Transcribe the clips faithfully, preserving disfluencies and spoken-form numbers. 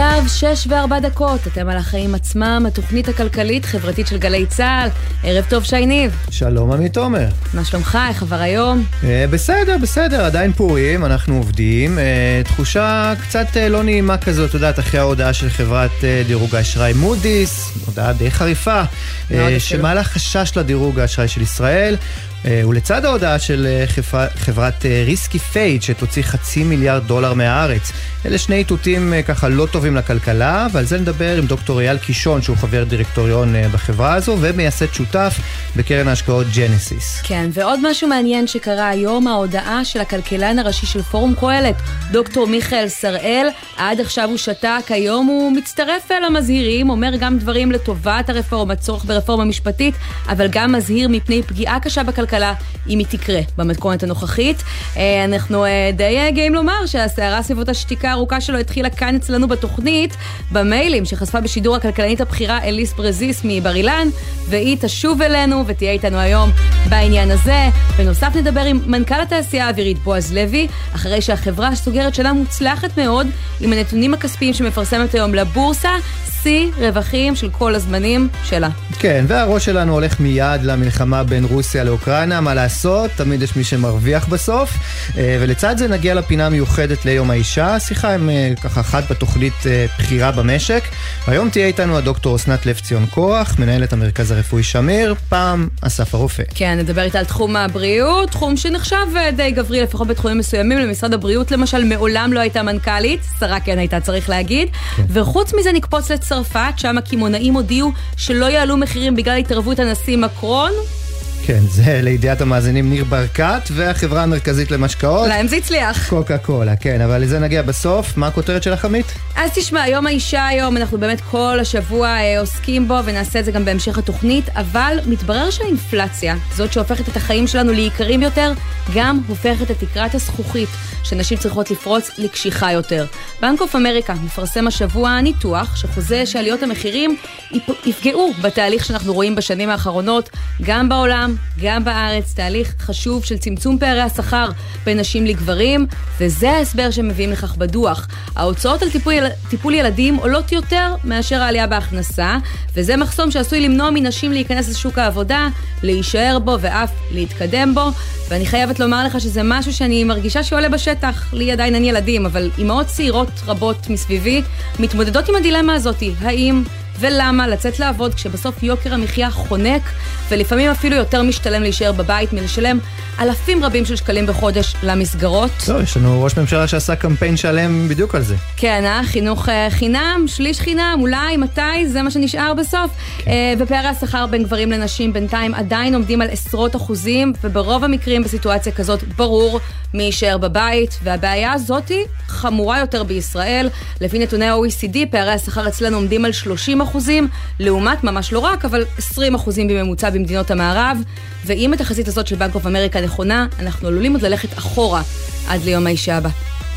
עכשיו שש וארבע דקות, אתם על החיים עצמם, התוכנית הכלכלית חברתית של גלי צהל. ערב טוב שי ניב. שלום עמית עומר. מה שלומך? איך עבר היום? אה, בסדר, בסדר, עדיין פורים, אנחנו עובדים. אה, תחושה קצת אה, לא נעימה כזאת, אתה יודעת, אחרי ההודעה של חברת אה, דירוג האשראי מודי'ס, הודעה די חריפה, אה, שמעלה חשש לדירוג האשראי של ישראל. ולצד ההודעה של חברת ריסקי פייד שתוציא חצי מיליארד דולר מהארץ. אלה שני איתותים ככה לא טובים לכלכלה, ועל זה נדבר עם דוקטור אייל קישון שהוא חבר דירקטוריון בחברה הזו ומייסד שותף בקרן ההשקעות ג'נסיס. כן, ועוד משהו מעניין שקרה היום, ההודעה של הכלכלן הראשי של פורום קהלת, דוקטור מיכאל שראל. עד עכשיו הוא שתק, היום הוא מצטרף אל המזהירים, אומר גם דברים לטובת הרפורמה, צורך ברפורמה משפטית, אבל גם מזהיר מפני פגיעה קשה בכלכלה אם היא תקרה במתכונת הנוכחית. אנחנו די גאים לומר שהסערה סביבות השתיקה הארוכה שלו התחילה כאן אצלנו בתוכנית, במיילים שחשפה בשידור הכלכלנית הבכירה אליס ברזיס מבר אילן, והיא תשוב אלינו ותהיה איתנו היום בעניין הזה. בנוסף נדבר עם מנכ"ל התעשייה האווירית בועז לוי, אחרי שהחברה סוגרת שנה מוצלחת מאוד עם הנתונים הכספיים שמפרסמת היום לבורסה, שיא רווחים של כל הזמנים שלה. כן, והראש שלנו הולך מיד למלחמה בין רוסיה לאוקראינה, מה לעשות? תמיד יש מי שמרוויח בסוף, ולצד זה נגיע לפינה מיוחדת ליום האישה, שיחה עם ככה אחת בתוכנית בחירה במשק. והיום תהיה איתנו הדוקטור אסנת לב ציון כוח, מנהלת המרכז הרפואי שמיר, פעם אסף הרופא. כן, נדבר איתה על תחום הבריאות, תחום שנחשב די גברי, לפחות בתחומים מסוימים. למשרד הבריאות למשל מעולם לא הייתה מנכ"לית, שרה כן הייתה צריך להגיד, כן. וחוץ מזה נקפוץ לצרפת, שם הכימונאים הודיעו שלא יעלו מחירים בגלל התערבות הנשיא מקרון. כן, זה לידיעת המאזינים ניר ברקת והחברה המרכזית למשקאות. להם זה הצליח. קוקה קולה, כן, אבל לזה נגיע בסוף. מה הכותרת שלך, עמית? אז תשמע, יום האישה היום, אנחנו באמת כל השבוע אה, עוסקים בו, ונעשה את זה גם בהמשך התוכנית, אבל מתברר שהאינפלציה, זאת שהופכת את החיים שלנו ליקרים יותר, גם הופכת את תקרת הזכוכית, שנשים צריכות לפרוץ לקשיחה יותר. בנק אוף אמריקה מפרסם השבוע ניתוח שחוזה שעליות המחירים יפגעו בתהליך שאנחנו רואים בשנים האחרונות, גם בעולם, גם בארץ, תהליך חשוב של צמצום פערי השכר בין נשים לגברים, וזה ההסבר שמביאים לכך בדוח. ההוצאות על טיפול, טיפול ילדים עולות יותר מאשר העלייה בהכנסה, וזה מחסום שעשוי למנוע מנשים להיכנס לשוק העבודה, להישאר בו ואף להתקדם בו, ואני חייבת לומר לך שזה משהו שאני מרגישה שעולה בשטח. לי עדיין אין ילדים, אבל אמהות צעירות רבות מסביבי מתמודדות עם הדילמה הזאת, האם ולמה לצאת לעבוד כשבסוף יוקר המחיה חונק, ולפעמים אפילו יותר משתלם להישאר בבית מלשלם אלפים רבים של שקלים בחודש למסגרות. לא, יש לנו ראש ממשלה שעשה קמפיין שלם בדיוק על זה. כן, אה? חינוך חינם, שליש חינם, אולי, מתי, זה מה שנשאר בסוף. כן. ופערי השכר בין גברים לנשים בינתיים עדיין עומדים על עשרות אחוזים, וברוב המקרים בסיטואציה כזאת ברור מי יישאר בבית, והבעיה הזאת היא חמורה יותר בישראל. לפי נתוני ה-או אי סי די, פערי השכר אצלנו עומדים על שלושים אחוזים, לעומת ממש לא רק, אבל עשרים אחוזים בממוצע במדינות המערב, ואם התחזית הזאת של בנק אוף אמריקה נכונה, אנחנו עלולים עוד ללכת אחורה עד ליום האישה הבא.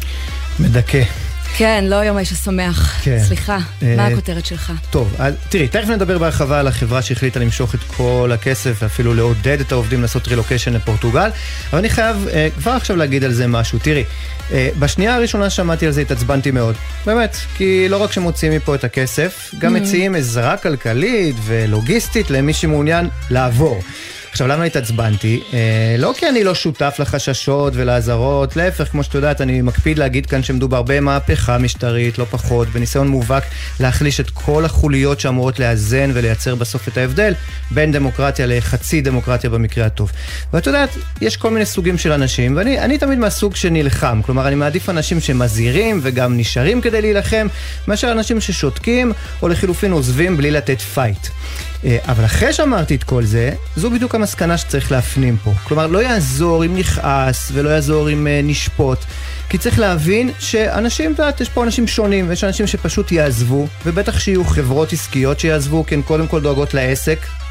מדכא. כן, לא יום האישה שמח. כן. סליחה, מה הכותרת שלך? טוב, תראי, תכף נדבר בהרחבה על החברה שהחליטה למשוך את כל הכסף, ואפילו לעודד את העובדים לעשות רילוקיישן לפורטוגל, אבל אני חייב כבר עכשיו להגיד על זה משהו. תראי, בשנייה הראשונה שמעתי על זה התעצבנתי מאוד, באמת, כי לא רק שמוציאים מפה את הכסף, גם מציעים עזרה כלכלית ולוגיסטית למי שמעוניין לעבור. עכשיו, למה התעצבנתי? אה, לא כי אני לא שותף לחששות ולעזרות, להפך, כמו שאת יודעת, אני מקפיד להגיד כאן שמדובר במהפכה משטרית, לא פחות, בניסיון מובהק להחליש את כל החוליות שאמורות לאזן ולייצר בסוף את ההבדל בין דמוקרטיה לחצי דמוקרטיה במקרה הטוב. ואת יודעת, יש כל מיני סוגים של אנשים, ואני אני תמיד מהסוג שנלחם, כלומר, אני מעדיף אנשים שמזהירים וגם נשארים כדי להילחם, מאשר אנשים ששותקים או לחילופין עוזבים בלי לתת פייט. אבל אחרי שאמרתי את כל זה, זו בדיוק המסקנה שצריך להפנים פה. כלומר, לא יעזור אם נכעס ולא יעזור אם נשפוט, כי צריך להבין שאנשים, יש פה אנשים שונים, ויש אנשים שפשוט יעזבו, ובטח שיהיו חברות עסקיות שיעזבו, כן, קודם כל דואגות לעסק,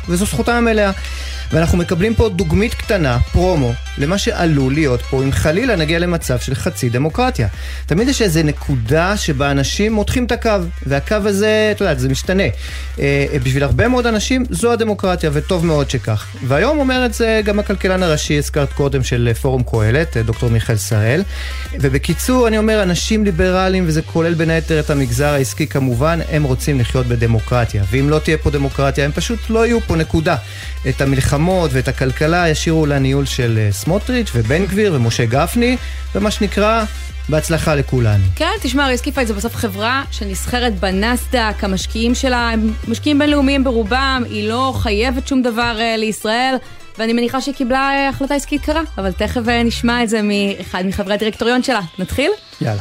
וזו זכותם המלאה. ואנחנו מקבלים פה דוגמית קטנה, פרומו, למה שעלול להיות פה אם חלילה נגיע למצב של חצי דמוקרטיה. תמיד יש איזו נקודה שבה אנשים מותחים את הקו, והקו הזה, אתה יודע, זה משתנה. אה, בשביל הרבה מאוד אנשים זו הדמוקרטיה, וטוב מאוד שכך. והיום אומר את זה גם הכלכלן הראשי, הזכרת קודם, של פורום קהלת, דוקטור מיכאל שראל. ובקיצור, אני אומר, אנשים ליברליים, וזה כולל בין היתר את המגזר העסקי כמובן, הם רוצים לחיות בדמוקרטיה. ואם לא תהיה פה דמוקרטיה, הם פשוט לא יהיו פה, נקודה. את המלחמות ואת הכלכלה ישירו לניהול של סמוטריץ' ובן גביר ומשה גפני, ומה שנקרא, בהצלחה לכולנו. כן, תשמע, ריסקיפייד זה בסוף חברה שנסחרת בנסדק, המשקיעים שלה, הם משקיעים בינלאומיים ברובם, היא לא חייבת שום דבר uh, לישראל, ואני מניחה שהיא קיבלה uh, החלטה עסקית קרה, אבל תכף uh, נשמע את זה מאחד מחברי הדירקטוריון שלה. נתחיל? יאללה.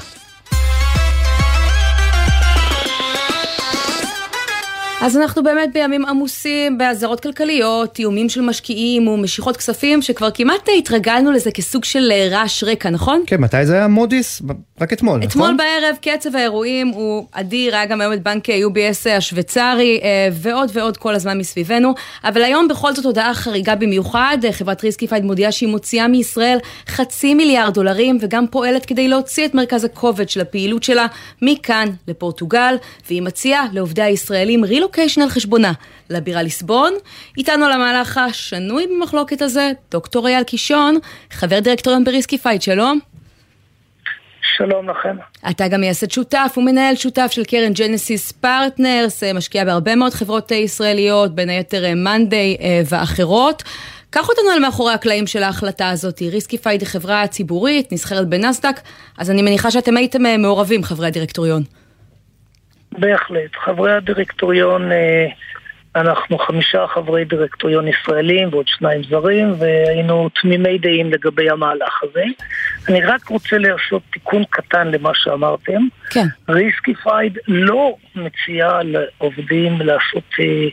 אז אנחנו באמת בימים עמוסים, בהזרות כלכליות, איומים של משקיעים ומשיכות כספים, שכבר כמעט התרגלנו לזה כסוג של רעש רקע, נכון? כן, מתי זה היה מודיס? רק אתמול, נכון? אתמול בערב, קצב האירועים הוא אדיר, היה גם היום את בנק יו בי אס השוויצרי, ועוד ועוד כל הזמן מסביבנו, אבל היום בכל זאת הודעה חריגה במיוחד, חברת ריסקיפייד מודיעה שהיא מוציאה מישראל חצי מיליארד דולרים, וגם פועלת כדי להוציא את מרכז הכובד של הפעילות שלה מכאן לפורטוגל, והיא מציעה לעובדי הישראלים רילוק על חשבונה לבירה ליסבון. איתנו על המהלך השנוי במחלוקת הזה, דוקטור אייל קישון, חבר דירקטוריון בריסקיפייד, שלום. שלום לכם. אתה גם מייסד שותף ומנהל שותף של קרן ג'נסיס פרטנרס, משקיע בהרבה מאוד חברות ישראליות, בין היתר מנדיי ואחרות. קח אותנו על מאחורי הקלעים של ההחלטה הזאת. ריסקיפייד היא חברה ציבורית, נסחרת בנסדק, אז אני מניחה שאתם הייתם מעורבים, חברי הדירקטוריון. בהחלט. חברי הדירקטוריון, אנחנו חמישה חברי דירקטוריון ישראלים ועוד שניים זרים, והיינו תמימי דעים לגבי המהלך הזה. אני רק רוצה לעשות תיקון קטן למה שאמרתם. כן. ריסקיפייד לא מציעה לעובדים לעשות,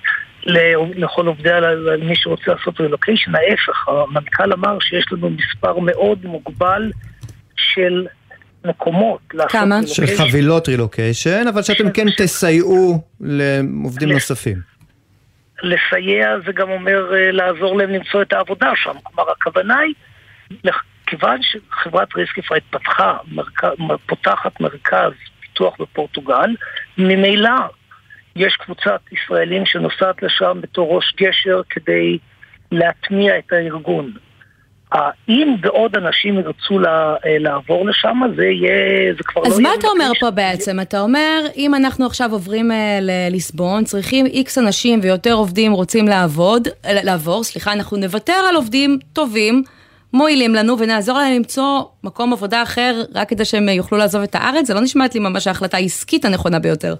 לכל עובדי, למי שרוצה לעשות רילוקיישן, ההפך, המנכ"ל אמר שיש לנו מספר מאוד מוגבל של מקומות. כמה? של חבילות רילוקיישן, אבל שאתם כן תסייעו לעובדים נוספים. לסייע זה גם אומר לעזור להם למצוא את העבודה שם. כלומר, הכוונה היא, כיוון שחברת ריסקיפייד פתחה, פותחת מרכז פיתוח בפורטוגל, ממילא יש קבוצת ישראלים שנוסעת לשם בתור ראש גשר כדי להטמיע את הארגון. אם בעוד אנשים ירצו לעבור לשם, זה יהיה, זה כבר לא יהיה... אז מה אתה אומר פה בעצם? אתה אומר, אם אנחנו עכשיו עוברים לליסבון, צריכים איקס אנשים ויותר עובדים רוצים לעבוד, לעבור, סליחה, אנחנו נוותר על עובדים טובים, מועילים לנו, ונעזור להם למצוא מקום עבודה אחר, רק כדי שהם יוכלו לעזוב את הארץ. זה לא נשמעת לי ממש ההחלטה העסקית הנכונה ביותר.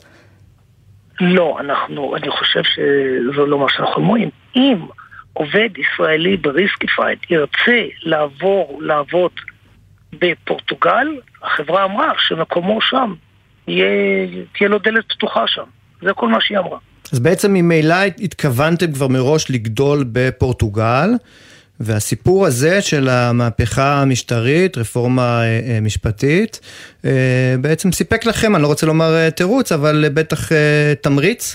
לא, אנחנו, אני חושב שזו לא מה שאנחנו אומרים. אם עובד ישראלי בריסקיפייד ירצה לעבור, לעבוד בפורטוגל, החברה אמרה שמקומו שם, יהיה, תהיה לו דלת פתוחה שם. זה כל מה שהיא אמרה. אז בעצם ממילא התכוונתם כבר מראש לגדול בפורטוגל, והסיפור הזה של המהפכה המשטרית, רפורמה משפטית, בעצם סיפק לכם, אני לא רוצה לומר תירוץ, אבל בטח תמריץ?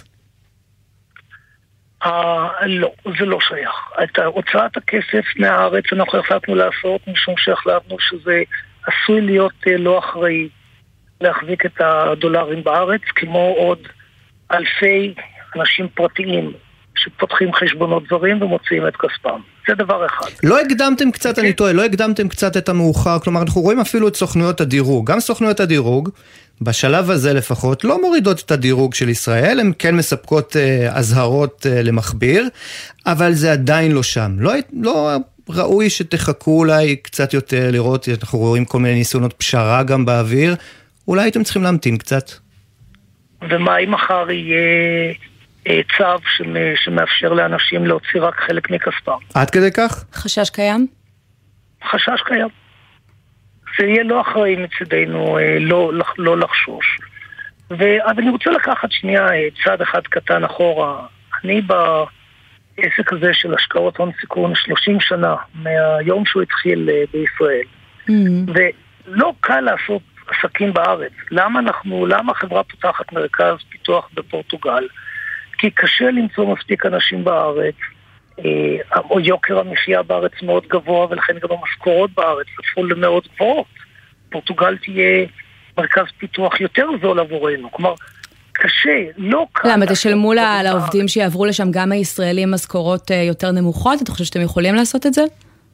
Uh, לא, זה לא שייך. את הוצאת הכסף מהארץ אנחנו החלטנו לעשות, משום שהחלטנו שזה עשוי להיות uh, לא אחראי להחזיק את הדולרים בארץ, כמו עוד אלפי אנשים פרטיים שפותחים חשבונות זרים ומוציאים את כספם. זה דבר אחד. לא הקדמתם קצת, אני טועה, לא הקדמתם קצת את המאוחר, כלומר אנחנו רואים אפילו את סוכנויות הדירוג, גם סוכנויות הדירוג, בשלב הזה לפחות, לא מורידות את הדירוג של ישראל, הן כן מספקות אה, הזהרות אה, למחביר, אבל זה עדיין לא שם. לא, לא ראוי שתחכו אולי קצת יותר לראות, אנחנו רואים כל מיני ניסיונות פשרה גם באוויר, אולי הייתם צריכים להמתין קצת. ומה אם מחר יהיה אה, צו שמאפשר לאנשים להוציא רק חלק מכספם? עד כדי כך? חשש קיים? חשש קיים. זה יהיה לא אחראי מצדנו, לא, לא לחשוש. אבל אני רוצה לקחת שנייה צעד אחד קטן אחורה. אני בעסק הזה של השקעות הון סיכון שלושים שנה, מהיום שהוא התחיל בישראל. Mm-hmm. ולא קל לעשות עסקים בארץ. למה אנחנו, למה החברה פותחת מרכז פיתוח בפורטוגל? כי קשה למצוא מספיק אנשים בארץ. או יוקר המחיה בארץ מאוד גבוה, ולכן גם המשכורות בארץ הפכו למאוד גבוהות. פורטוגל תהיה מרכז פיתוח יותר זול עבורנו. כלומר, קשה, לא קל. למה, תשלמו לעובדים שיעברו לשם גם הישראלים משכורות יותר נמוכות? אתה חושב שאתם יכולים לעשות את זה?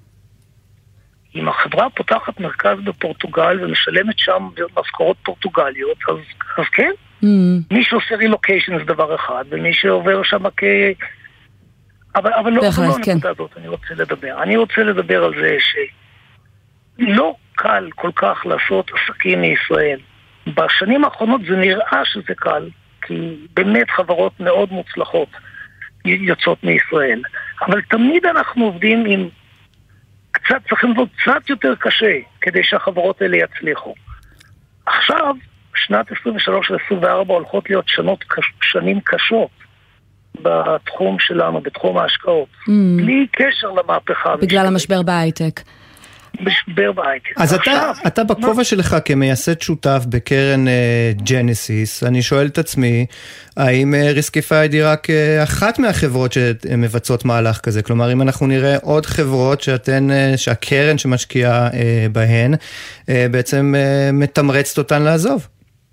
אם החברה פותחת מרכז בפורטוגל ומשלמת שם משכורות פורטוגליות, אז, אז כן. Mm. מי שעושה רילוקיישן זה דבר אחד, ומי שעובר שם כ... אבל, אבל לא, לא כן. נקודה הזאת אני רוצה לדבר. אני רוצה לדבר על זה שלא קל כל כך לעשות עסקים מישראל. בשנים האחרונות זה נראה שזה קל, כי באמת חברות מאוד מוצלחות יוצאות מישראל. אבל תמיד אנחנו עובדים עם קצת, צריכים לעבוד קצת יותר קשה כדי שהחברות האלה יצליחו. עכשיו, שנת עשרים ושלוש ו-עשרים וארבע הולכות להיות שנות, שנים קשות בתחום שלנו, בתחום ההשקעות. Mm. בלי קשר למהפכה. בגלל המשבר בהייטק. משבר בהייטק. אז אתה, אתה בכובע שלך כמייסד שותף בקרן ג'נסיס, אני שואל את עצמי, האם ריסקיפייד היא רק אחת מהחברות שמבצעות מהלך כזה? כלומר, אם אנחנו נראה עוד חברות שאתן, שהקרן שמשקיעה בהן, בעצם מתמרצת אותן לעזוב?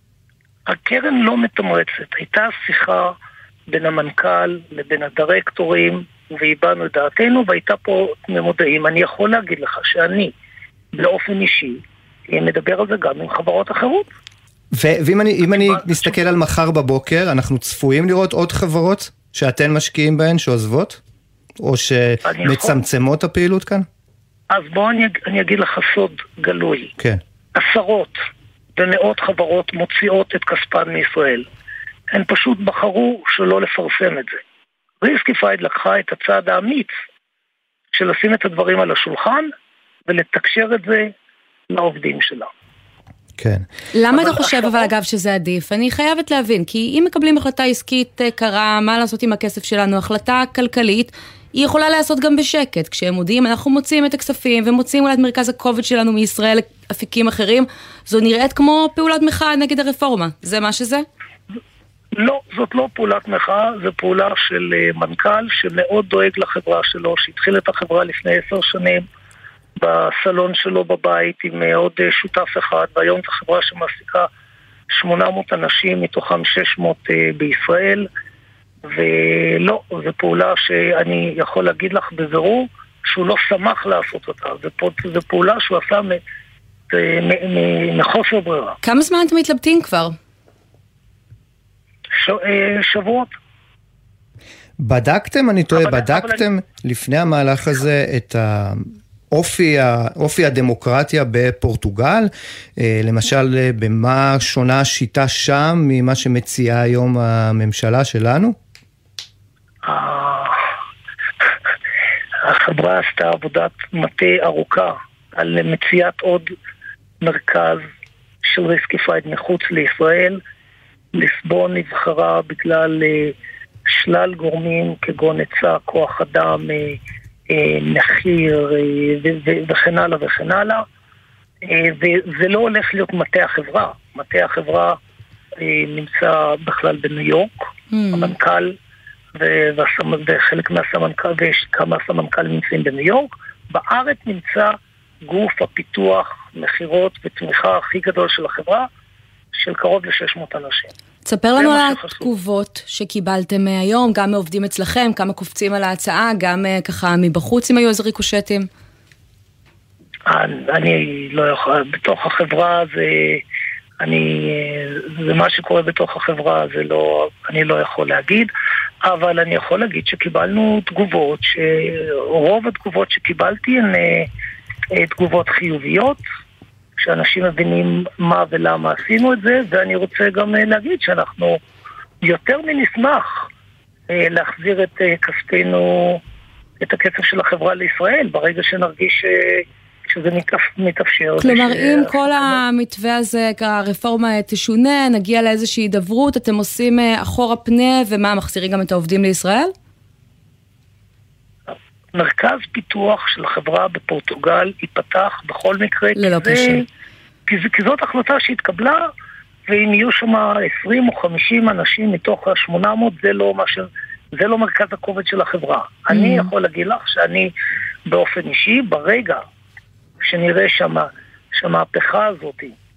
הקרן לא מתמרצת. הייתה שיחה בין המנכ"ל לבין הדירקטורים, והיבנו את דעתנו, והייתה פה ממודעים. אני יכול להגיד לך שאני, באופן אישי, מדבר על זה גם עם חברות אחרות. ואם אני, אם אני מסתכל על מחר בבוקר, אנחנו צפויים לראות עוד חברות שאתן משקיעים בהן, שעוזבות? או שמצמצמות הפעילות כאן? אז בוא אני, אני אגיד לך סוד גלוי. כן. עשרות ומאות חברות מוציאות את כספן מישראל. הן פשוט בחרו שלא לפרסם את זה. ריסקיפייד לקחה את הצעד האמיץ של לשים את הדברים על השולחן ולתקשר את זה לעובדים שלה. כן. למה אתה חושב אבל אגב שזה עדיף? אני חייבת להבין, כי אם מקבלים החלטה עסקית קרה, מה לעשות עם הכסף שלנו, החלטה כלכלית, היא יכולה לעשות גם בשקט. כשהם מודיעים, אנחנו מוציאים את הכספים ומוציאים אולי את מרכז הכובד שלנו מישראל לאפיקים אחרים, זו נראית כמו פעולת מחאה נגד הרפורמה. זה מה שזה? לא, זאת לא פעולת מחאה, זו פעולה של מנכ"ל שמאוד דואג לחברה שלו, שהתחיל את החברה לפני עשר שנים בסלון שלו בבית עם עוד שותף אחד, והיום זו חברה שמעסיקה שמונה מאות אנשים, מתוכם שש מאות בישראל, ולא, זו פעולה שאני יכול להגיד לך בבירור שהוא לא שמח לעשות אותה, זו פעולה שהוא עשה מחוסר ברירה. כמה זמן אתם מתלבטים כבר? שבועות. בדקתם, אני טועה, בדקתם לפני המהלך הזה את האופי, האופי הדמוקרטיה בפורטוגל? למשל, במה שונה השיטה שם ממה שמציעה היום הממשלה שלנו? החברה עשתה עבודת מטה ארוכה על מציאת עוד מרכז של ריסקיפייד מחוץ לישראל. ליסבון נבחרה בגלל שלל גורמים כגון היצע, כוח אדם, מחיר וכן הלאה וכן הלאה. וזה לא הולך להיות מטה החברה. מטה החברה נמצא בכלל בניו יורק, המנכ"ל וחלק מהסמנכ"ל וכמה סמנכ"ל נמצאים בניו יורק. בארץ נמצא גוף הפיתוח, מחירות ותמיכה הכי גדול של החברה, של קרוב ל-שש מאות אנשים. תספר לנו על התגובות שקיבלתם היום, גם מעובדים אצלכם, כמה קופצים על ההצעה, גם ככה מבחוץ אם היו איזה ריקושטים. אני לא יכול, בתוך החברה זה, אני, זה מה שקורה בתוך החברה, זה לא, אני לא יכול להגיד, אבל אני יכול להגיד שקיבלנו תגובות, שרוב התגובות שקיבלתי הן תגובות חיוביות, שאנשים מבינים מה ולמה עשינו את זה, ואני רוצה גם להגיד שאנחנו יותר מנשמח להחזיר את כספנו, את הכסף של החברה לישראל, ברגע שנרגיש שזה מתאפשר. כלומר, אם כל המתווה הזה, הרפורמה תשונה, נגיע לאיזושהי הידברות, אתם עושים אחורה פנה, ומה, מחזירים גם את העובדים לישראל? מרכז פיתוח של חברה בפורטוגל ייפתח בכל מקרה, ללא קשר. כי, כי זאת החלטה שהתקבלה, ואם יהיו שם עשרים או חמישים אנשים מתוך ה-שמונה מאות, זה לא מה ש... זה לא מרכז הכובד של החברה. Mm. אני יכול להגיד לך שאני באופן אישי, ברגע שנראה שמה, שהמהפכה הזאת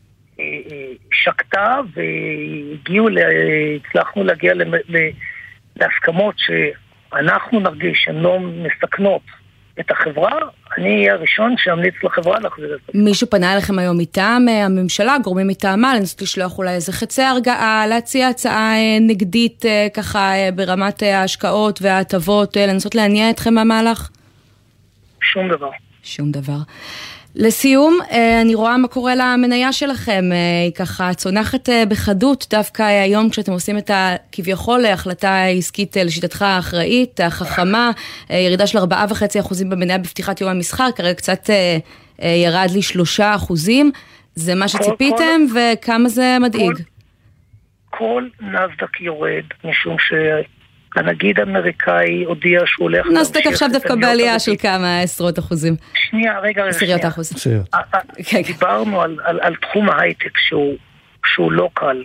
שקטה והגיעו, הצלחנו להגיע להסכמות שאנחנו נרגיש שהן לא מסכנות את החברה, אני אהיה הראשון שאמליץ לחברה להחזיר את זה. מישהו פנה אליכם היום מטעם הממשלה, גורמים מטעמה, לנסות לשלוח אולי איזה חצי הרגעה, להציע הצעה נגדית ככה ברמת ההשקעות וההטבות, לנסות להניע אתכם מהמהלך? שום דבר. שום דבר. לסיום, אני רואה מה קורה למניה שלכם, היא ככה צונחת בחדות, דווקא היום כשאתם עושים את כביכול החלטה עסקית לשיטתך האחראית, החכמה, ירידה של ארבעה וחצי אחוזים במניה בפתיחת יום המסחר, כרגע קצת ירד לי שלושה אחוזים, זה מה שציפיתם וכמה זה מדאיג? כל, כל נסדק יורד, משום ש... הנגיד האמריקאי הודיע שהוא הולך... נסדק עכשיו דווקא בעלייה של כמה עשרות אחוזים. שנייה, רגע, רגע. עשיריות אחוז. דיברנו על תחום ההייטק שהוא לא קל.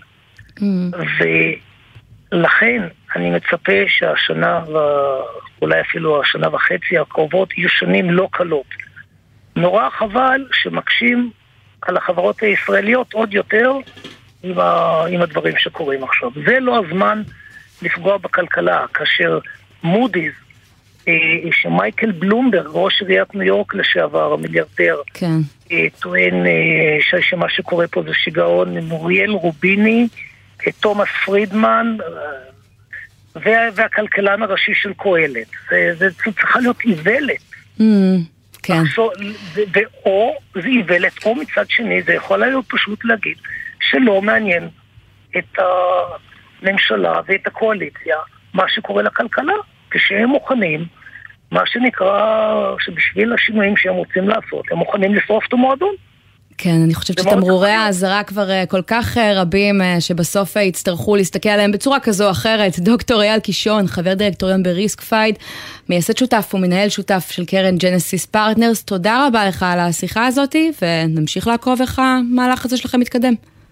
ולכן אני מצפה שהשנה, ואולי אפילו השנה וחצי הקרובות, יהיו שנים לא קלות. נורא חבל שמקשים על החברות הישראליות עוד יותר עם הדברים שקורים עכשיו. זה לא הזמן... לפגוע בכלכלה, כאשר מודי'ס, אה, שמייקל בלומברג, ראש עיריית ניו יורק לשעבר, המיליארדר, כן. אה, טוען אה, שמה שקורה פה זה שיגעון, מוריאל רוביני, אה, תומאס פרידמן, אה, וה, והכלכלן הראשי של קהלת. זה, זה צריכה להיות איוולת. Mm, כן. עכשיו, ו, ואו זה איוולת, או מצד שני, זה יכול להיות פשוט להגיד שלא מעניין את ה... ממשלה ואת הקואליציה, מה שקורה לכלכלה, כשהם מוכנים, מה שנקרא, שבשביל השינויים שהם רוצים לעשות, הם מוכנים לשרוף את המועדון. כן, אני חושבת שתמרורי ההזרה כבר כל כך רבים, שבסוף יצטרכו להסתכל עליהם בצורה כזו או אחרת. דוקטור אייל קישון, חבר דירקטוריון בריסקפייד, מייסד שותף ומנהל שותף של קרן ג'נסיס פרטנרס, תודה רבה לך על השיחה הזאת, ונמשיך לעקוב איך המהלך הזה שלכם מתקדם.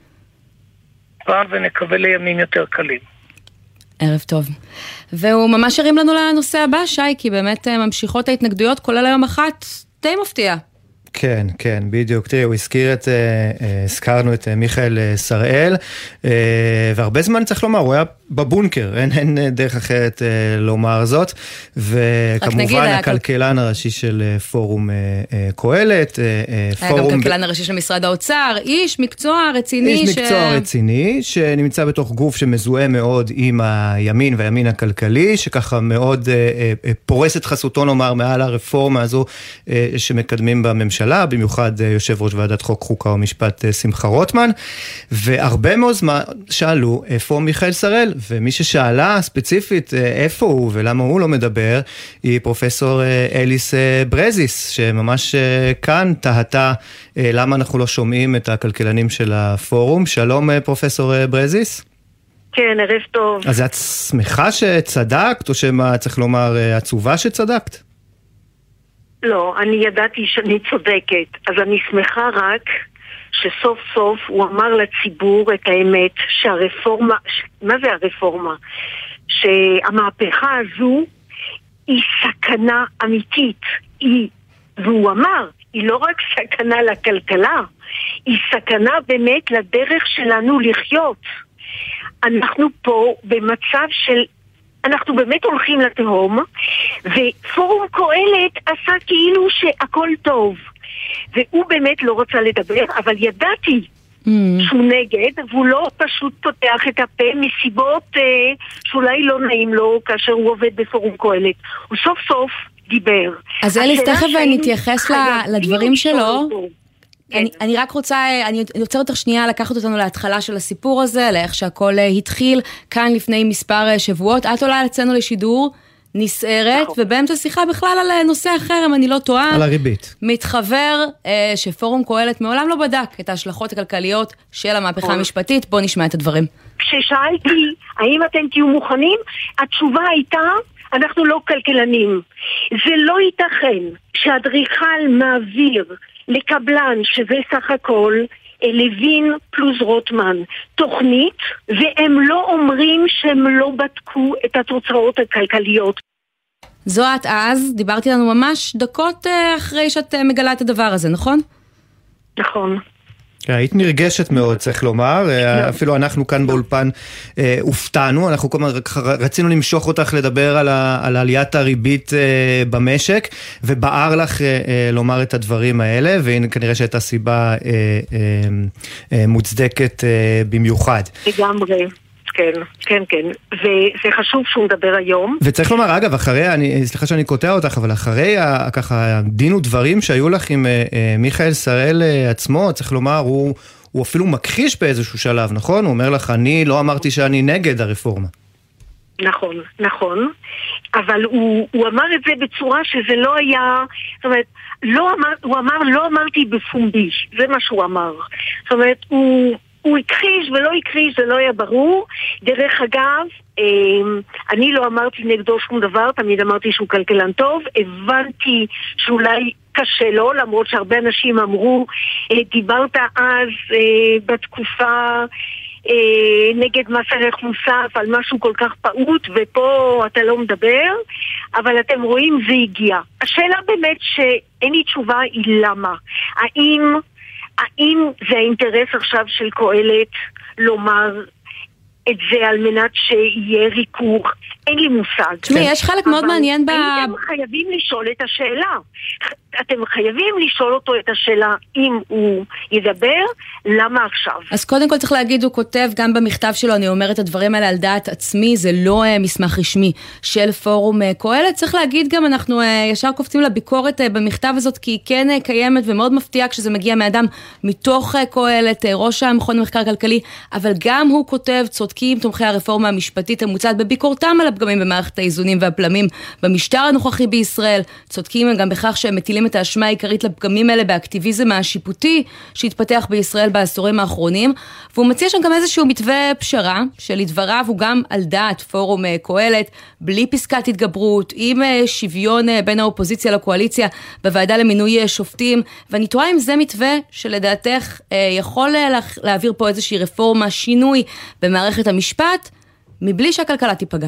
ונקווה לימים יותר קלים. ערב טוב. והוא ממש הרים לנו לנושא הבא, שי, כי באמת ממשיכות ההתנגדויות, כולל היום אחת, די מפתיע. כן, כן, בדיוק. תראי, הוא הזכיר את, הזכרנו את מיכאל שראל, והרבה זמן צריך לומר, הוא היה בבונקר, אין, אין דרך אחרת לומר זאת, וכמובן הכלכלן הראשי של פורום קהלת, היה גם כלכלן הראשי של משרד האוצר, איש מקצוע רציני. איש מקצוע רציני, שנמצא בתוך גוף שמזוהה מאוד עם הימין והימין הכלכלי, שככה מאוד פורס את חסותו, נאמר, מעל הרפורמה הזו שמקדמים בממשלה, במיוחד יושב ראש ועדת חוק חוקה ומשפט שמחה רוטמן, והרבה מאוד זמן שאלו איפה מיכאל שראל, ומי ששאלה ספציפית איפה הוא ולמה הוא לא מדבר, היא פרופסור אליס ברזיס, שממש כאן תהתה למה אנחנו לא שומעים את הכלכלנים של הפורום. שלום פרופסור ברזיס. כן, ערב טוב. אז את שמחה שצדקת, או שמה צריך לומר עצובה שצדקת? לא, אני ידעתי שאני צודקת, אז אני שמחה רק שסוף סוף הוא אמר לציבור את האמת, שהרפורמה, מה זה הרפורמה? שהמהפכה הזו היא סכנה אמיתית, היא, והוא אמר, היא לא רק סכנה לכלכלה, היא סכנה באמת לדרך שלנו לחיות. אנחנו פה במצב של, אנחנו באמת הולכים לתהום, ופורום קהלת עשה כאילו שהכל טוב. והוא באמת לא רצה לדבר, אבל ידעתי mm. שהוא נגד, והוא לא פשוט פותח את הפה מסיבות אה, שאולי לא נעים לו כאשר הוא עובד בפורום קהלת. הוא סוף סוף דיבר. אז אליס, תכף נתייחס לדברים שלו. אני, אני רק רוצה, אני רוצה אותך שנייה לקחת אותנו להתחלה של הסיפור הזה, לאיך שהכל התחיל כאן לפני מספר שבועות. את עולה אצלנו לשידור, נסערת, ובאמצע שיחה בכלל על נושא אחר, אם אני לא טועה. על הריבית. מתחבר אה, שפורום קהלת מעולם לא בדק את ההשלכות הכלכליות של המהפכה המשפטית. בוא נשמע את הדברים. כששאלתי, האם אתם תהיו מוכנים? התשובה הייתה, אנחנו לא כלכלנים. זה לא ייתכן שהדריכל מעביר לקבלן, שזה סך הכל לוין פלוס רוטמן תוכנית, והם לא אומרים שהם לא בדקו את התוצאות הכלכליות. זו את אז, דיברתי לנו ממש דקות אחרי שאת מגלה את הדבר הזה, נכון? נכון. היית נרגשת מאוד, צריך לומר, אפילו אנחנו כאן באולפן הופתענו, אנחנו כל הזמן רצינו למשוך אותך לדבר על עליית הריבית במשק, ובער לך לומר את הדברים האלה, והנה כנראה שהייתה סיבה מוצדקת במיוחד. לגמרי. כן, כן, כן, וזה חשוב שהוא מדבר היום. וצריך לומר, אגב, אחרי, אני, סליחה שאני קוטע אותך, אבל אחרי ככה דין ודברים שהיו לך עם מיכאל שראל עצמו, צריך לומר, הוא, הוא אפילו מכחיש באיזשהו שלב, נכון? הוא אומר לך, אני לא אמרתי שאני נגד הרפורמה. נכון, נכון, אבל הוא, הוא אמר את זה בצורה שזה לא היה, זאת אומרת, לא אמר, הוא אמר, לא אמרתי בפומבי, זה מה שהוא אמר. זאת אומרת, הוא... הוא הכחיש ולא הכחיש, זה לא היה ברור. דרך אגב, אני לא אמרתי נגדו שום דבר, תמיד אמרתי שהוא כלכלן טוב, הבנתי שאולי קשה לו, למרות שהרבה אנשים אמרו, דיברת אז בתקופה נגד מס ערך מוסף על משהו כל כך פעוט, ופה אתה לא מדבר, אבל אתם רואים זה הגיע. השאלה באמת שאין לי תשובה היא למה. האם... האם זה האינטרס עכשיו של קהלת לומר את זה על מנת שיהיה ריכוך? אין לי מושג. תשמעי, יש חלק מאוד מעניין ב... אתם חייבים לשאול את השאלה. אתם חייבים לשאול אותו את השאלה אם הוא ידבר, למה עכשיו? אז קודם כל צריך להגיד, הוא כותב גם במכתב שלו, אני אומר את הדברים האלה על דעת עצמי, זה לא מסמך רשמי של פורום קהלת. צריך להגיד גם, אנחנו ישר קופצים לביקורת במכתב הזאת, כי היא כן קיימת ומאוד מפתיע כשזה מגיע מאדם מתוך קהלת, ראש המכון למחקר כלכלי, אבל גם הוא כותב, צודקים תומכי הרפורמה המשפטית המוצעת בביקורתם על הפגמים במערכת האיזונים והפלמים במשטר הנוכחי בישראל, צודקים גם בכך שהם מטילים את האשמה העיקרית לפגמים האלה באקטיביזם השיפוטי שהתפתח בישראל בעשורים האחרונים, והוא מציע שם גם איזשהו מתווה פשרה, שלדבריו הוא גם על דעת פורום קהלת, בלי פסקת התגברות, עם שוויון בין האופוזיציה לקואליציה בוועדה למינוי שופטים, ואני תוהה אם זה מתווה שלדעתך יכול להעביר פה איזושהי רפורמה, שינוי במערכת המשפט, מבלי שהכלכלה תיפגע.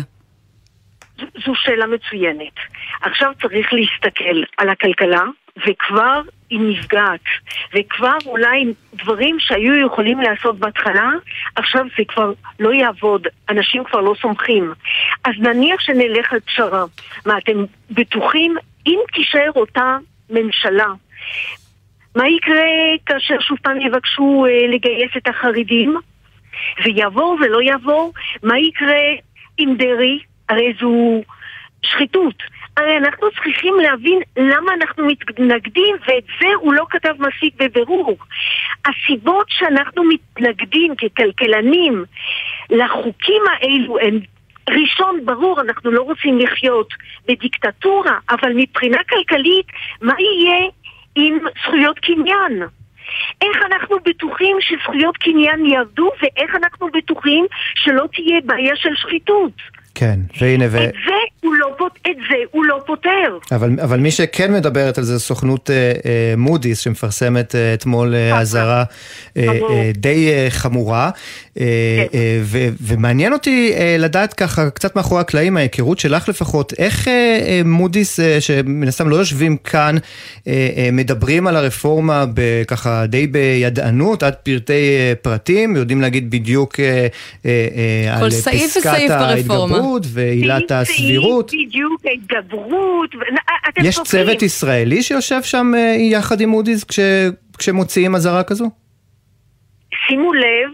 זו שאלה מצוינת. עכשיו צריך להסתכל על הכלכלה, וכבר היא נפגעת, וכבר אולי דברים שהיו יכולים לעשות בהתחלה, עכשיו זה כבר לא יעבוד, אנשים כבר לא סומכים. אז נניח שנלך על פשרה. מה, אתם בטוחים, אם תישאר אותה ממשלה, מה יקרה כאשר שוב פעם יבקשו אה, לגייס את החרדים? זה יעבור ולא יעבור? מה יקרה עם דרי? הרי זו שחיתות. הרי אנחנו צריכים להבין למה אנחנו מתנגדים, ואת זה הוא לא כתב מספיק בבירור. הסיבות שאנחנו מתנגדים ככלכלנים לחוקים האלו הן, ראשון, ברור, אנחנו לא רוצים לחיות בדיקטטורה, אבל מבחינה כלכלית, מה יהיה עם זכויות קניין? איך אנחנו בטוחים שזכויות קניין ירדו, ואיך אנחנו בטוחים שלא תהיה בעיה של שחיתות? כן, והנה ו... את זה הוא לא, פות... את זה הוא לא פותר. אבל, אבל מי שכן מדברת על זה, סוכנות אה, אה, מודי'ס, שמפרסמת אה, אתמול אה, הזרה אה, אה, די אה, חמורה, אה, אה, ו, ומעניין אותי אה, לדעת ככה, קצת מאחורי הקלעים, ההיכרות שלך לפחות, איך אה, אה, מודי'ס, אה, שמן הסתם לא יושבים כאן, אה, אה, מדברים על הרפורמה ככה די בידענות, עד פרטי אה, פרטים, יודעים להגיד בדיוק אה, אה, על פסקת ההתגברות, ועילת הסבירות. בדיוק, ההתגברות. יש צוות ישראלי שיושב שם יחד עם מודי'ס כשמוציאים הזרה כזו? שימו לב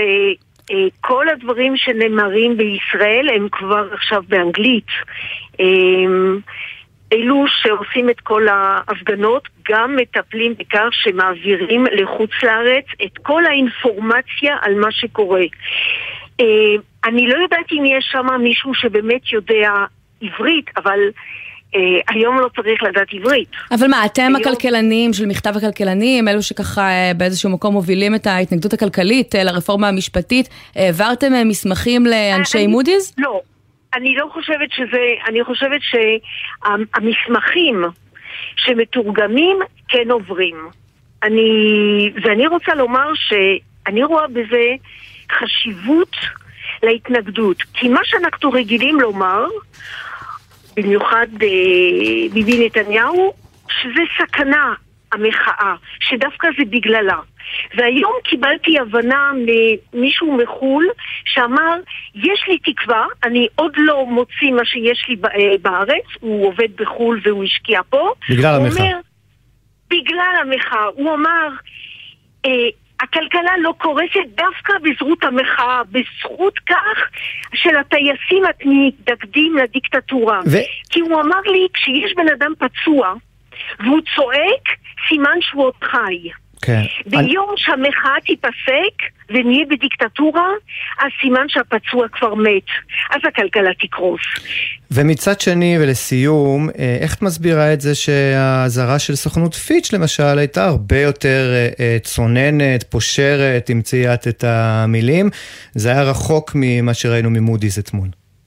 שכל הדברים שנאמרים בישראל הם כבר עכשיו באנגלית. אלו שעושים את כל ההפגנות גם מטפלים בכך שמעבירים לחוץ לארץ את כל האינפורמציה על מה שקורה. אני לא יודעת אם יש שם מישהו שבאמת יודע עברית, אבל אה, היום לא צריך לדעת עברית. אבל מה, אתם היום... הכלכלנים של מכתב הכלכלנים, אלו שככה באיזשהו מקום מובילים את ההתנגדות הכלכלית לרפורמה המשפטית, העברתם מסמכים לאנשי אני, מודי'ס? לא, אני לא חושבת שזה, אני חושבת שהמסמכים שמתורגמים כן עוברים. אני, ואני רוצה לומר שאני רואה בזה חשיבות להתנגדות. כי מה שאנחנו רגילים לומר, במיוחד ביבי נתניהו, שזה סכנה המחאה, שדווקא זה בגללה. והיום קיבלתי הבנה ממישהו מחול שאמר, יש לי תקווה, אני עוד לא מוציא מה שיש לי בארץ, הוא עובד בחול והוא השקיע פה. בגלל המחאה. אומר, בגלל המחאה. הוא אמר, אה, הכלכלה לא קורסת דווקא בזכות המחאה, בזכות כך של הטייסים המתנגדים לדיקטטורה. ו... כי הוא אמר לי, כשיש בן אדם פצוע והוא צועק, סימן שהוא עוד חי. כן. ביום אני... שהמחאה תיפסק ונהיה בדיקטטורה, אז סימן שהפצוע כבר מת. אז הכלכלה תקרוס. ומצד שני ולסיום, איך את מסבירה את זה שההזרה של סוכנות פיץ' למשל הייתה הרבה יותר צוננת, פושרת, המציאת את המילים? זה היה רחוק ממה שראינו ממודי'ס אתמול.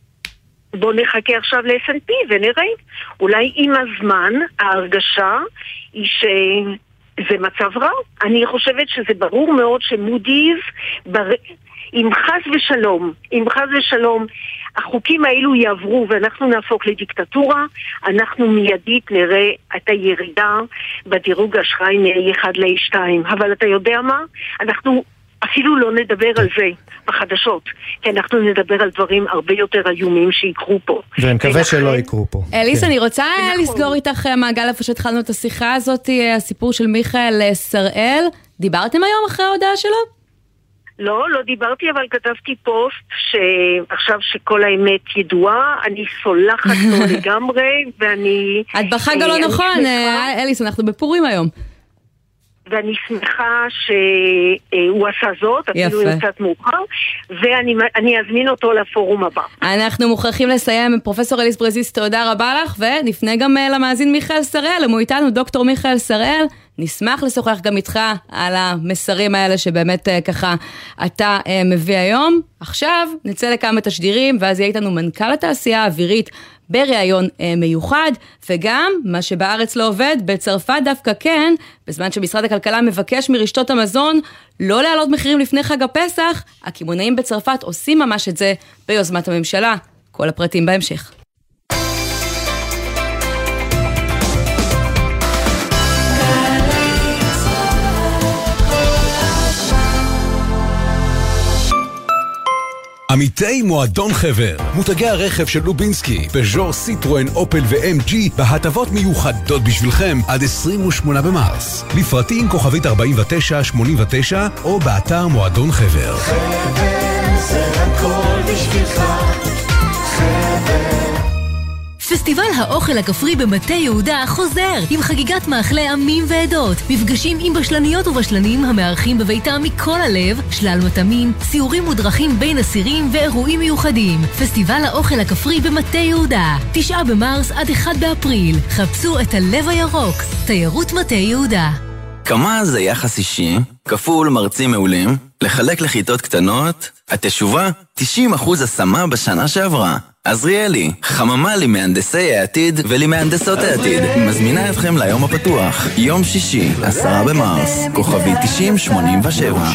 בוא נחכה עכשיו ל-אס אנד פי ונראה. אולי עם הזמן ההרגשה היא ש... זה מצב רע. אני חושבת שזה ברור מאוד שמודי'ס, בר... אם חס ושלום, אם חס ושלום, החוקים האלו יעברו ואנחנו נהפוך לדיקטטורה, אנחנו מיידית נראה את הירידה בדירוג האשראי מ-איי אחד ל-איי שתיים. אבל אתה יודע מה? אנחנו אפילו לא נדבר על זה בחדשות, כי אנחנו נדבר על דברים הרבה יותר איומים שיקרו פה. ואני מקווה שלא יקרו פה. אליס, אני רוצה לסגור איתך מעגל איפה שהתחלנו את השיחה הזאת, הסיפור של מיכאל שראל. דיברתם היום אחרי ההודעה שלו? לא, לא דיברתי, אבל כתבתי פוסט שעכשיו שכל האמת ידועה, אני סולחת לו לגמרי, ואני... את בחג הלא נכון, אליס, אנחנו בפורים היום. ואני שמחה שהוא עשה זאת, אפילו עם קצת מאוחר, ואני אזמין אותו לפורום הבא. אנחנו מוכרחים לסיים. פרופסור אליס ברזיס, תודה רבה לך, ונפנה גם למאזין מיכאל שראל, הוא איתנו, דוקטור מיכאל שראל, נשמח לשוחח גם איתך על המסרים האלה שבאמת ככה אתה מביא היום. עכשיו נצא לכמה תשדירים, ואז יהיה איתנו מנכ"ל התעשייה האווירית בראיון מיוחד, וגם מה שבארץ לא עובד, בצרפת דווקא כן, בזמן שמשרד הכלכלה מבקש מרשתות המזון לא להעלות מחירים לפני חג הפסח, הקמעונאים בצרפת עושים ממש את זה ביוזמת הממשלה. כל הפרטים בהמשך. עמיתי מועדון חבר, מותגי הרכב של לובינסקי, פז'ור, סיטרואן, אופל ו-אם ג'י בהטבות מיוחדות בשבילכם עד עשרים ושמונה במרס. לפרטים כוכבית ארבעים ותשע שמונים ותשע או באתר מועדון חבר. חבר זה הכל בשבילך, חבר. פסטיבל האוכל הכפרי במטה יהודה חוזר עם חגיגת מאכלי עמים ועדות, מפגשים עם בשלניות ובשלנים המארחים בביתם מכל הלב, שלל מטעמים, סיורים מודרכים בין אסירים ואירועים מיוחדים. פסטיבל האוכל הכפרי במטה יהודה, תשעה במרס עד אחד באפריל. חפשו את הלב הירוק, תיירות מטה יהודה. כמה זה יחס אישי, כפול מרצים מעולים, לחלק לכיתות קטנות, התשובה תשעים אחוז השמה בשנה שעברה. עזריאלי, חממה למהנדסי העתיד ולמהנדסות העתיד, מזמינה אתכם ליום הפתוח, יום שישי, עשרה במרס, כוכבי תשעים שמונים ושבע.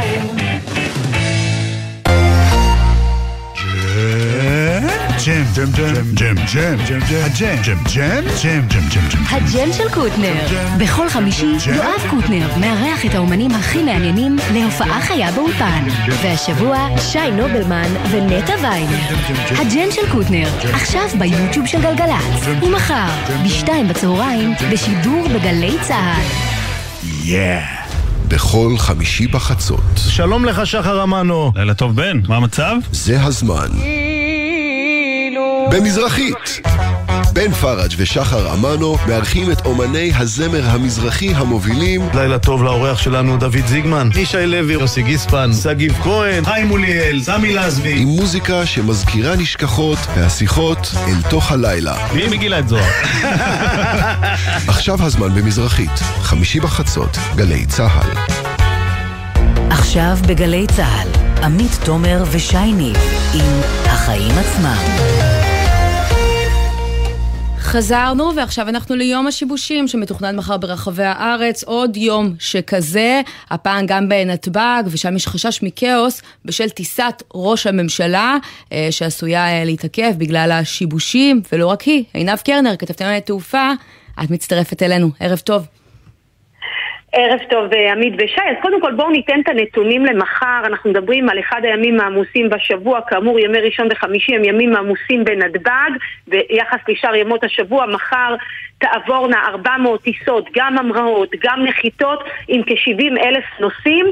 ג'ם, ג'ם, ג'ם, ג'ם, ג'ם, ג'ם, הג'ם, ג'ם, ג'ם, ג'ם, ג'ם, ג'ם, ג'ם. הג'ם של קוטנר. בכל חמישי, יואב קוטנר מארח את האומנים הכי מעניינים להופעה חיה באולפן. והשבוע, שי נובלמן ונטע ויינר. הג'ם של קוטנר, עכשיו ביוטיוב של גלגלצ. ומחר, בשתיים בצהריים, בשידור בגלי צהל. יאה. בכל חמישי בחצות. שלום לך שחר אמנו. לילה טוב בן, מה המצב? זה הזמן. במזרחית בן פרג' ושחר אמנו מארחים את אומני הזמר המזרחי המובילים. לילה טוב לאורח שלנו דוד זיגמן, ישי לוי, יוסי גיספן, סגיב כהן, חיים מוליאל, סמי לזבי, עם מוזיקה שמזכירה נשכחות והשיחות אל תוך הלילה. מי מגילה את זוהר? עכשיו הזמן במזרחית, חמישי בחצות, גלי צהל. עכשיו בגלי צהל, עמית תומר ושי ניב עם החיים עצמם. חזרנו, ועכשיו אנחנו ליום השיבושים שמתוכנן מחר ברחבי הארץ, עוד יום שכזה, הפעם גם בנתב"ג, ושם יש חשש מכאוס בשל טיסת ראש הממשלה, שעשויה להתעכב בגלל השיבושים, ולא רק היא. עינב קרנר, כתבתנו על התעופה, את מצטרפת אלינו. ערב טוב. ערב טוב, עמית ושי. אז קודם כל בואו ניתן את הנתונים למחר. אנחנו מדברים על אחד הימים העמוסים בשבוע. כאמור, ימי ראשון וחמישי הם ימים העמוסים בנתב"ג, ביחס לשאר ימות השבוע. מחר תעבורנה ארבע מאות טיסות, גם המראות, גם נחיתות, עם כ-שבעים אלף נוסעים.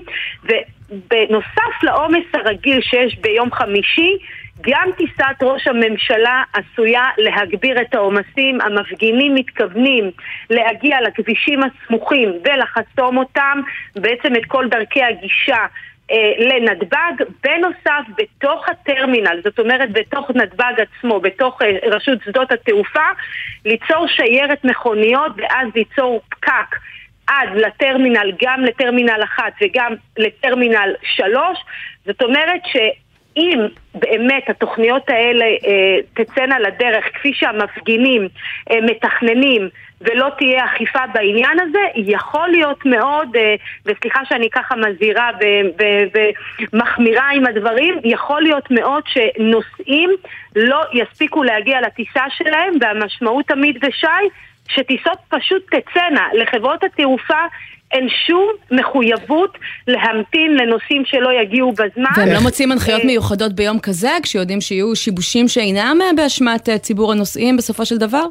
ובנוסף לעומס הרגיל שיש ביום חמישי, גם טיסת ראש הממשלה עשויה להגביר את העומסים. המפגינים מתכוונים להגיע לכבישים הסמוכים ולחסום אותם, בעצם את כל דרכי הגישה אה, לנתב"ג. בנוסף, בתוך הטרמינל, זאת אומרת בתוך נתב"ג עצמו, בתוך אה, רשות שדות התעופה, ליצור שיירת מכוניות ואז ליצור פקק עד לטרמינל, גם לטרמינל אחת וגם לטרמינל שלוש. זאת אומרת ש... אם באמת התוכניות האלה אה, תצאנה לדרך כפי שהמפגינים אה, מתכננים ולא תהיה אכיפה בעניין הזה, יכול להיות מאוד, אה, וסליחה שאני ככה מזהירה ומחמירה עם הדברים, יכול להיות מאוד שנוסעים לא יספיקו להגיע לטיסה שלהם, והמשמעות תמיד ושי, שטיסות פשוט תצאנה. לחברות התעופה אין שום מחויבות להמתין לנוסעים שלא יגיעו בזמן. והם לא מוצאים הנחיות מיוחדות ביום כזה, כשיודעים שיהיו שיבושים שאינם באשמת ציבור הנוסעים בסופו של דבר?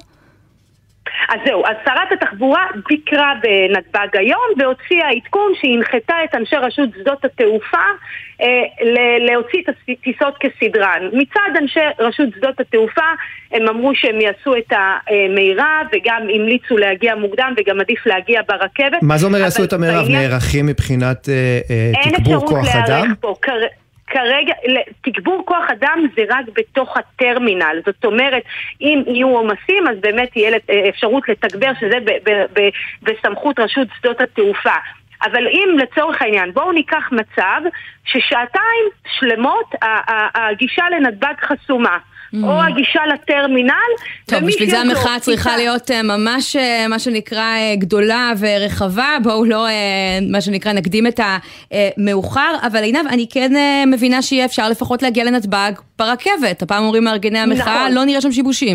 אז זהו, אז שרת התחבורה ביקרה בנתב"ג היום והוציאה עדכון שהנחתה את אנשי רשות שדות התעופה אה, להוציא את הטיסות כסדרן. מצד אנשי רשות שדות התעופה הם אמרו שהם יעשו את המהירה וגם המליצו להגיע מוקדם וגם עדיף להגיע ברכבת. מה זה אומר יעשו את המהירה? נערכים מבחינת אה, אה, תגבור כוח אדם? אין אפשרות להערך פה. כר... כרגע, תגבור כוח אדם זה רק בתוך הטרמינל. זאת אומרת, אם יהיו עומסים, אז באמת תהיה אפשרות לתגבר, שזה ב- ב- ב- בסמכות רשות שדות התעופה. אבל אם לצורך העניין, בואו ניקח מצב ששעתיים שלמות הגישה לנתב"ג חסומה. או הגישה לטרמינל. טוב, בשביל זה המחאה צריכה להיות ממש, מה שנקרא, גדולה ורחבה. בואו לא, מה שנקרא, נקדים את המאוחר. אבל עינב, אני כן מבינה שיהיה אפשר לפחות להגיע לנתב"ג ברכבת. הפעם אומרים מארגני המחאה, לא נראה שם שיבושים.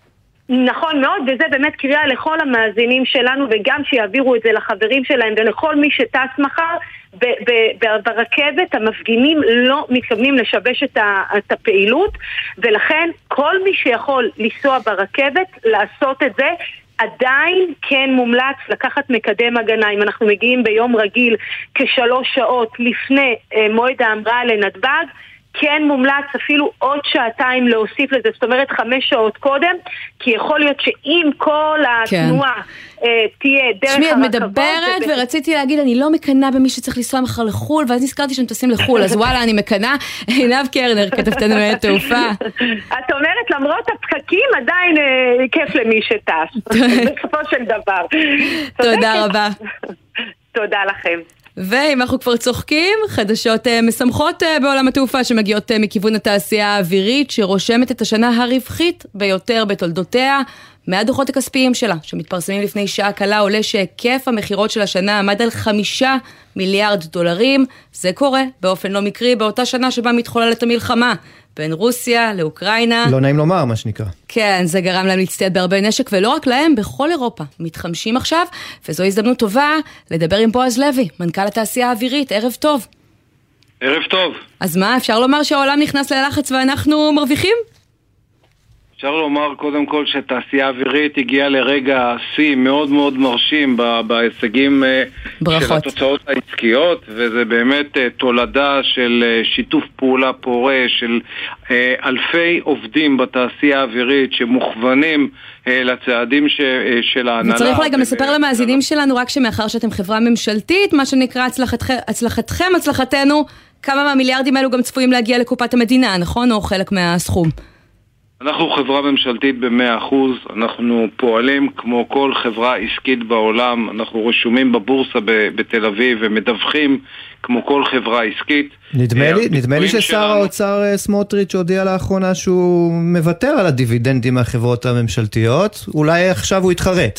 נכון מאוד, וזה באמת קריאה לכל המאזינים שלנו, וגם שיעבירו את זה לחברים שלהם ולכל מי שטס מחר ב- ב- ברכבת. המפגינים לא מתכוונים לשבש את, ה- את הפעילות, ולכן כל מי שיכול לנסוע ברכבת לעשות את זה. עדיין כן מומלץ לקחת מקדם הגנה. אם אנחנו מגיעים ביום רגיל כשלוש שעות לפני אה, מועד ההמראה לנתב"ג, כן מומלץ אפילו עוד שעתיים להוסיף לזה, זאת אומרת חמש שעות קודם, כי יכול להיות שאם כל התנועה כן. אה, תהיה דרך הרכבות... שמי, את מדברת ובס... ורציתי להגיד, אני לא מקנה במי שצריך לנסוע מחר לחול, ואז נזכרתי שהם טסים לחול, אז וואלה, אני מקנה. עינב קרנר, כתבתנו על התעופה. את אומרת, למרות הפקקים, עדיין אה, כיף למי שטס. בסופו של דבר. תודה רבה. תודה לכם. ואם אנחנו כבר צוחקים, חדשות משמחות בעולם התעופה שמגיעות מכיוון התעשייה האווירית, שרושמת את השנה הרווחית ביותר בתולדותיה. מהדוחות הכספיים שלה, שמתפרסמים לפני שעה קלה, עולה שהיקף המחירות של השנה עמד על חמישה מיליארד דולרים. זה קורה באופן לא מקרי באותה שנה שבה מתחוללת המלחמה בין רוסיה לאוקראינה. לא נעים לומר, מה שנקרא. כן, זה גרם להם להצטייד בהרבה נשק, ולא רק להם, בכל אירופה מתחמשים עכשיו, וזו הזדמנות טובה לדבר עם בועז לוי, מנכ"ל התעשייה האווירית. ערב טוב. ערב טוב. אז מה, אפשר לומר שהעולם נכנס ללחץ ואנחנו מרוויחים? אפשר לומר קודם כל שתעשייה אווירית הגיעה לרגע שיא מאוד מאוד מרשים בהישגים ברכות. של התוצאות העסקיות, וזה באמת תולדה של שיתוף פעולה פורה של אלפי עובדים בתעשייה האווירית שמוכוונים לצעדים ש... של ההנהלה. וצריך אולי גם לספר למאזינים שלנו, רק שמאחר שאתם חברה ממשלתית, מה שנקרא הצלחתכם, הצלחתכם, הצלחתנו, כמה מהמיליארדים האלו גם צפויים להגיע לקופת המדינה, נכון? או חלק מהסכום? אנחנו חברה ממשלתית ב-מאה אחוז, אנחנו פועלים כמו כל חברה עסקית בעולם, אנחנו רשומים בבורסה בתל אביב ומדווחים כמו כל חברה עסקית. נדמה לי, נדמה לי ששר האוצר סמוטריץ' הודיע לאחרונה שהוא מוותר על הדיבידנדים מהחברות הממשלתיות, אולי עכשיו הוא יתחרט.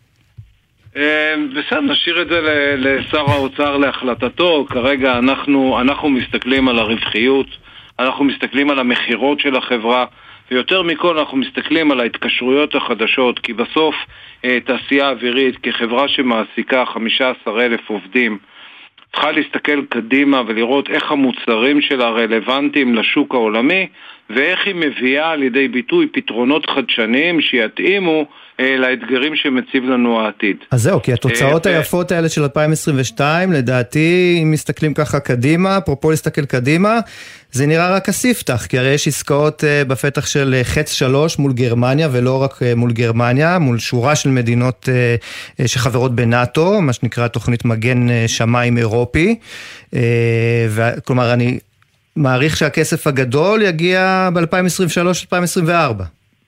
בסדר, נשאיר את זה לשר האוצר להחלטתו. כרגע אנחנו, אנחנו מסתכלים על הרווחיות, אנחנו מסתכלים על המחירות של החברה, ויותר מכל אנחנו מסתכלים על ההתקשרויות החדשות, כי בסוף תעשייה אווירית כחברה שמעסיקה חמישה עשר אלף עובדים צריכה להסתכל קדימה ולראות איך המוצרים שלה רלוונטיים לשוק העולמי, ואיך היא מביאה לידי ביטוי פתרונות חדשניים שיתאימו אה, לאתגרים שמציב לנו העתיד. אז זהו, כי התוצאות אה, היפות האלה של אלפיים עשרים ושתיים, לדעתי, אם מסתכלים ככה קדימה, אפרופו להסתכל קדימה, זה נראה רק הספתח, כי הרי יש עסקאות אה, בפתח של חץ שלוש מול גרמניה, ולא רק אה, מול גרמניה, מול שורה של מדינות אה, אה, שחברות בנאטו, מה שנקרא תוכנית מגן אה, שמיים אירופי, אה, ו- כלומר, אני מעריך שהכסף הגדול יגיע ב-אלפיים עשרים ושלוש אלפיים עשרים וארבע.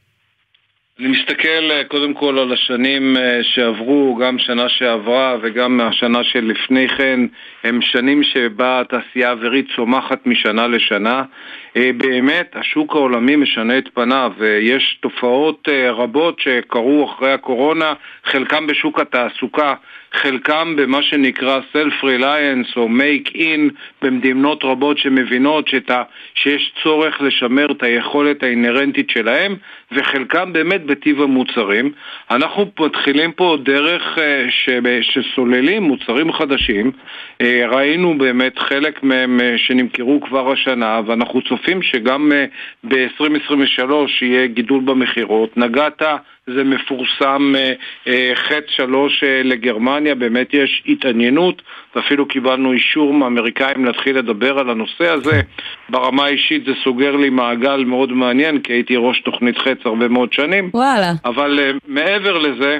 אני מסתכל קודם כל על השנים שעברו, גם שנה שעברה וגם מהשנה שלפני כן, הם שנים שבה התעשייה האווירית צומחת משנה לשנה. באמת השוק העולמי משנה את פניו, ויש תופעות רבות שקרו אחרי הקורונה, חלקם בשוק התעסוקה, חלקם במה שנקרא self-reliance או make-in במדינות רבות שמבינות שתה, שיש צורך לשמר את היכולת האינרנטית שלהם, וחלקם באמת בטיב המוצרים. אנחנו מתחילים פה דרך ש... שסוללים מוצרים חדשים, ראינו באמת חלק מהם שנמכרו כבר השנה, ואנחנו צופים שגם ב-עשרים עשרים ושלוש יהיה גידול במחירות. נגעת, זה מפורסם, חץ שלוש לגרמניה, באמת יש התעניינות, ואפילו קיבלנו אישור מאמריקאים להתחיל לדבר על הנושא הזה. ברמה האישית זה סוגר לי מעגל מאוד מעניין, כי הייתי ראש תוכנית חץ הרבה מאוד שנים. וואלה. אבל מעבר לזה,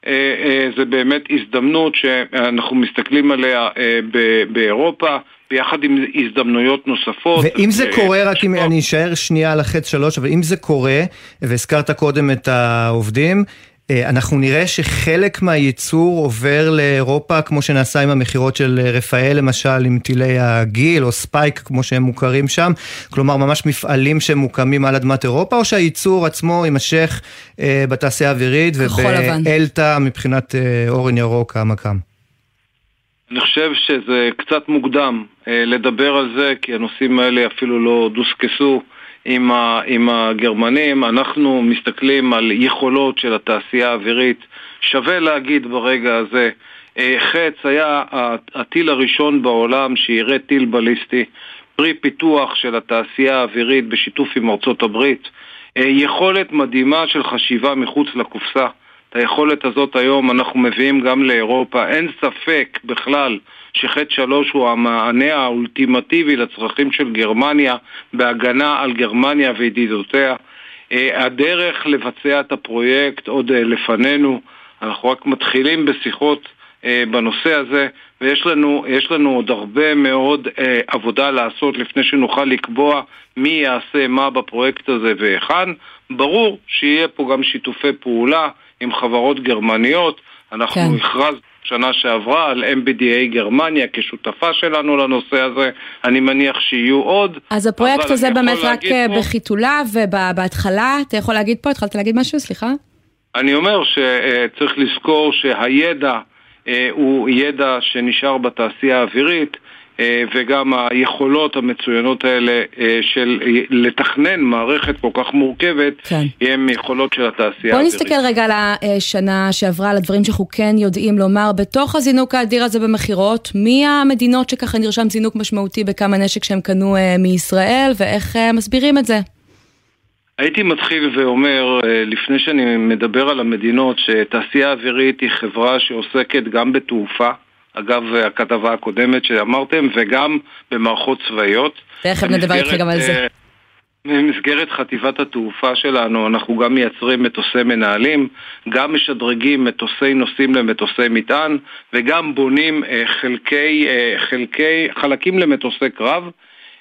זה באמת הזדמנות שאנחנו מסתכלים עליה באירופה, ביחד עם הזדמנויות נוספות. ואם זה קורה, רק אם אני אשאר שנייה על החץ שלוש, אבל אם זה קורה, והזכרת קודם את העובדים, אנחנו נראה שחלק מהייצור עובר לאירופה, כמו שנעשה עם המחירות של רפאל, למשל, עם טילי הגיל, או ספייק, כמו שהם מוכרים שם, כלומר, ממש מפעלים שמוקמים על אדמת אירופה, או שהייצור עצמו יימשך בתעשייה האווירית, ובאלטה, מבחינת אורן ירוק, המקם. אני חושב שזה קצת מוקדם לדבר על זה, כי הנושאים האלה אפילו לא דוסקסו עם, ה, עם הגרמנים. אנחנו מסתכלים על יכולות של התעשייה האווירית. שווה להגיד ברגע הזה, חץ היה הטיל הראשון בעולם שיראה טיל בליסטי, פרי פיתוח של התעשייה האווירית בשיתוף עם ארצות הברית. יכולת מדהימה של חשיבה מחוץ לקופסה. את היכולת הזאת היום אנחנו מביאים גם לאירופה. אין ספק בכלל שחץ שלוש הוא המענה האולטימטיבי לצרכים של גרמניה בהגנה על גרמניה וידידותיה. הדרך לבצע את הפרויקט עוד לפנינו, אנחנו רק מתחילים בשיחות בנושא הזה, ויש לנו, יש לנו עוד הרבה מאוד עבודה לעשות לפני שנוכל לקבוע מי יעשה מה בפרויקט הזה ואיכן. ברור שיהיה פה גם שיתופי פעולה עם חברות גרמניות. אנחנו כן. הכרז שנה שעברה על אם בי די איי גרמניה כשותפה שלנו לנושא הזה. אני מניח שיהיו עוד. אז הפרויקט הזה באמת רק בחיתולה ובהתחלה, אתה יכול להגיד פה, התחלת להגיד משהו, סליחה? אני אומר שצריך לזכור שהידע הוא ידע שנשאר בתעשייה האווירית, וגם היכולות המצוינות האלה של לתכנן מערכת כל כך מורכבת, כן. הם יכולות של התעשייה האווירית. בוא נסתכל רגע על השנה שעברה, על הדברים שאנחנו כן יודעים לומר, בתוך הזינוק האדיר הזה במחירות, מי המדינות שככה נרשם זינוק משמעותי בכמה נשק שהם קנו מישראל, ואיך מסבירים את זה? הייתי מתחיל ואומר, לפני שאני מדבר על המדינות, שתעשייה האווירית היא חברה שעוסקת גם בתעופה, אגב הכתבה הקודמת שאמרתם, וגם במערכות צבאיות. תכף נדבר איתך גם על זה. במסגרת חטיבת התעופה שלנו, אנחנו גם מייצרים מטוסי מנהלים, גם משדרגים מטוסי נוסעים למטוסי מטען, וגם בונים חלקי, חלקי, חלקים למטוסי קרב.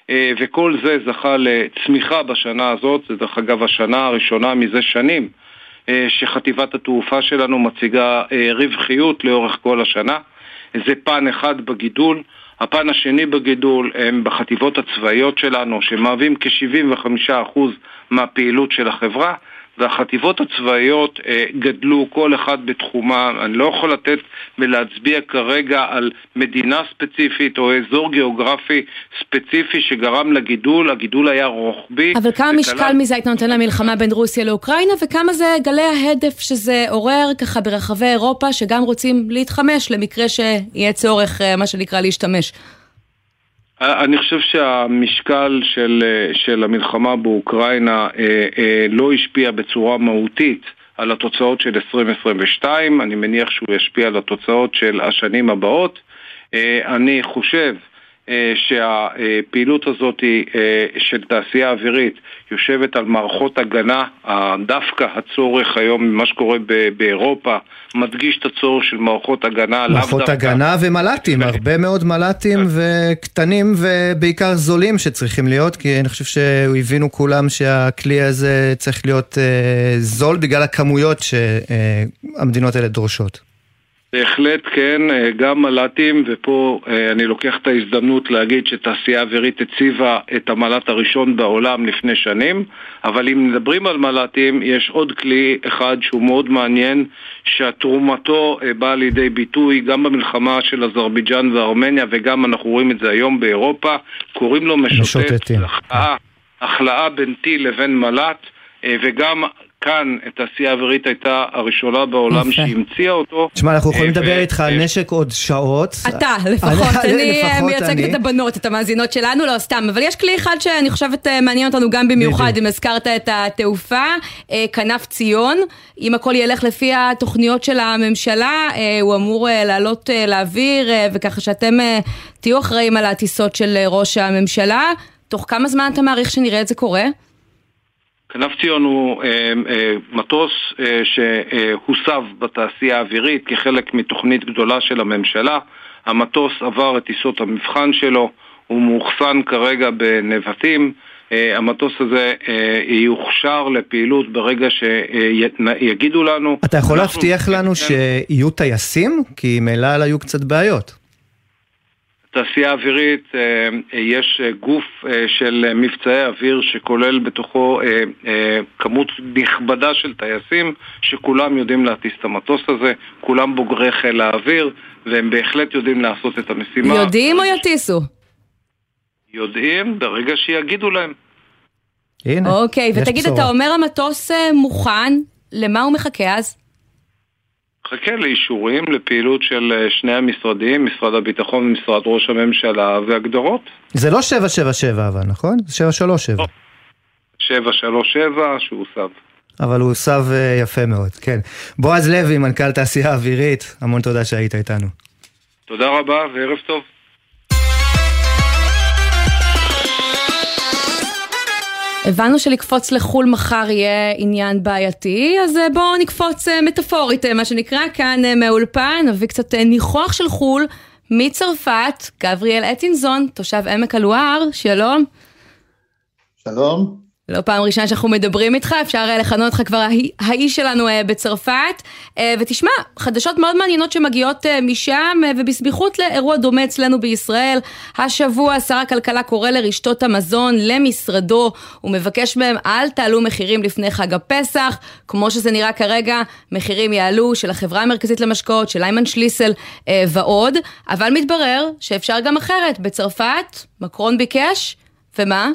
וכל זה זכה לצמיחה בשנה הזאת. זה דרך אגב השנה הראשונה מזה שנים שחטיבת התעופה שלנו מציגה רווחיות לאורך כל השנה. זה פן אחד בגידול. הפן השני בגידול הם בחטיבות הצבאיות שלנו, שמהווים כ-שבעים וחמישה אחוז מהפעילות של החברה, והחטיבות הצבאיות אה, גדלו כל אחד בתחומה. אני לא יכול לתת ולהצביע כרגע על מדינה ספציפית או אזור גיאוגרפי ספציפי שגרם לגידול. הגידול היה רוחבי. אבל כמה משקל וכלל... מזה היית נותן למלחמה בין רוסיה לאוקראינה, וכמה זה גלי ההדף שזה עורר ככה ברחבי אירופה שגם רוצים להתחמש למקרה שיהיה צורך מה שנקרא להשתמש? אני חושב שהמשקל של, של המלחמה באוקראינה אה, אה, לא השפיע בצורה מהותית על התוצאות של עשרים עשרים ושתיים. אני מניח שהוא ישפיע על התוצאות של השנים הבאות. אה, אני חושב אה, שהפעילות הזאת אה, של תעשייה אווירית יושבת על מערכות הגנה. דווקא הצורך היום ממה שקורה ב- באירופה מדגיש את הצורך של מערכות הגנה. מערכות הגנה ומל"טים, הרבה מאוד מל"טים וקטנים ובעיקר זולים שצריכים להיות, כי אני חושב שהבינו כולם שהכלי הזה צריך להיות אה, זול בגלל הכמויות שהמדינות האלה דורשות. בהחלט כן, גם מל"טים, ופה אני לוקח את ההזדמנות להגיד שתעשייה אווירית הציבה את המל"ט הראשון בעולם לפני שנים, אבל אם מדברים על מל"טים, יש עוד כלי אחד שהוא מאוד מעניין, שהתרומתו באה לידי ביטוי גם במלחמה של אזרבייג'אן וארמניה, וגם אנחנו רואים את זה היום באירופה, קוראים לו משוטט, החלאה, החלאה בין טיל לבין מל"ט, וגם כאן התעשייה האווירית הייתה הראשונה בעולם שהמציאה אותו. תשמע, אנחנו יכולים לדבר איתך על נשק עוד שעות. אתה, לפחות. אני מייצגת את הבנות, את המאזינות שלנו, לא סתם. אבל יש כלי אחד שאני חושבת מעניין אותנו גם במיוחד, אם הזכרת את התעופה, כנף ציון. אם הכל ילך לפי התוכניות של הממשלה, הוא אמור לעלות לאוויר, וככה שאתם תהיו אחראים על הטיסות של ראש הממשלה. תוך כמה זמן אתה מעריך שנראה את זה קורה? כנף ציון הוא אה, אה, מטוס אה, שהוסב בתעשייה האווירית כחלק מתוכנית גדולה של הממשלה. המטוס עבר את טיסות המבחן שלו, הוא מאוחסן כרגע בנבטים. אה, המטוס הזה אה, יוכשר לפעילות ברגע שיגידו לנו. אתה יכול להבטיח לנו שיהיו טייסים? כי מל"ל היו קצת בעיות. תעשייה אווירית, יש גוף של מבצעי אוויר שכולל בתוכו כמות נכבדה של טייסים שכולם יודעים להטיס את המטוס הזה, כולם בוגרי חיל האוויר, והם בהחלט יודעים לעשות את המשימה. יודעים או יטיסו? יודעים ברגע שיגידו להם. הנה, אוקיי, ותגיד, אתה אומר המטוס מוכן, למה הוא מחכה אז? חכה לאישורים לפעילות של שני המשרדים, משרד הביטחון ומשרד ראש הממשלה והגדרות. זה לא שבע שבע שבע אבל, נכון? זה שבע שלוש שבע. שבע שלוש שבע שהוא סב. אבל הוא סב יפה מאוד, כן. בועז לוי, מנכ"ל תעשייה אווירית, המון תודה שהיית איתנו. תודה רבה וערב טוב. הבנו שלקפוץ לחול מחר יהיה עניין בעייתי, אז בואו נקפוץ מטאפורית, מה שנקרא כאן מהאולפן, נביא קצת ניחוח של חול מצרפת, גבריאל אטינזון, תושב עמק הלואר, שלום. שלום. לא פעם ראשונה שאנחנו מדברים איתך, אפשר לכנות אותך כבר האיש שלנו בצרפת, ותשמע, חדשות מאוד מעניינות שמגיעות משם, ובסביחות לאירוע דומה אצלנו בישראל, השבוע שר הכלכלה קורא לרשתות המזון למשרדו, הוא מבקש מהם אל תעלו מחירים לפני חג הפסח, כמו שזה נראה כרגע, מחירים יעלו של החברה המרכזית למשקאות, של איימן שליסל ועוד, אבל מתברר שאפשר גם אחרת, בצרפת, מקרון ביקש, ומה?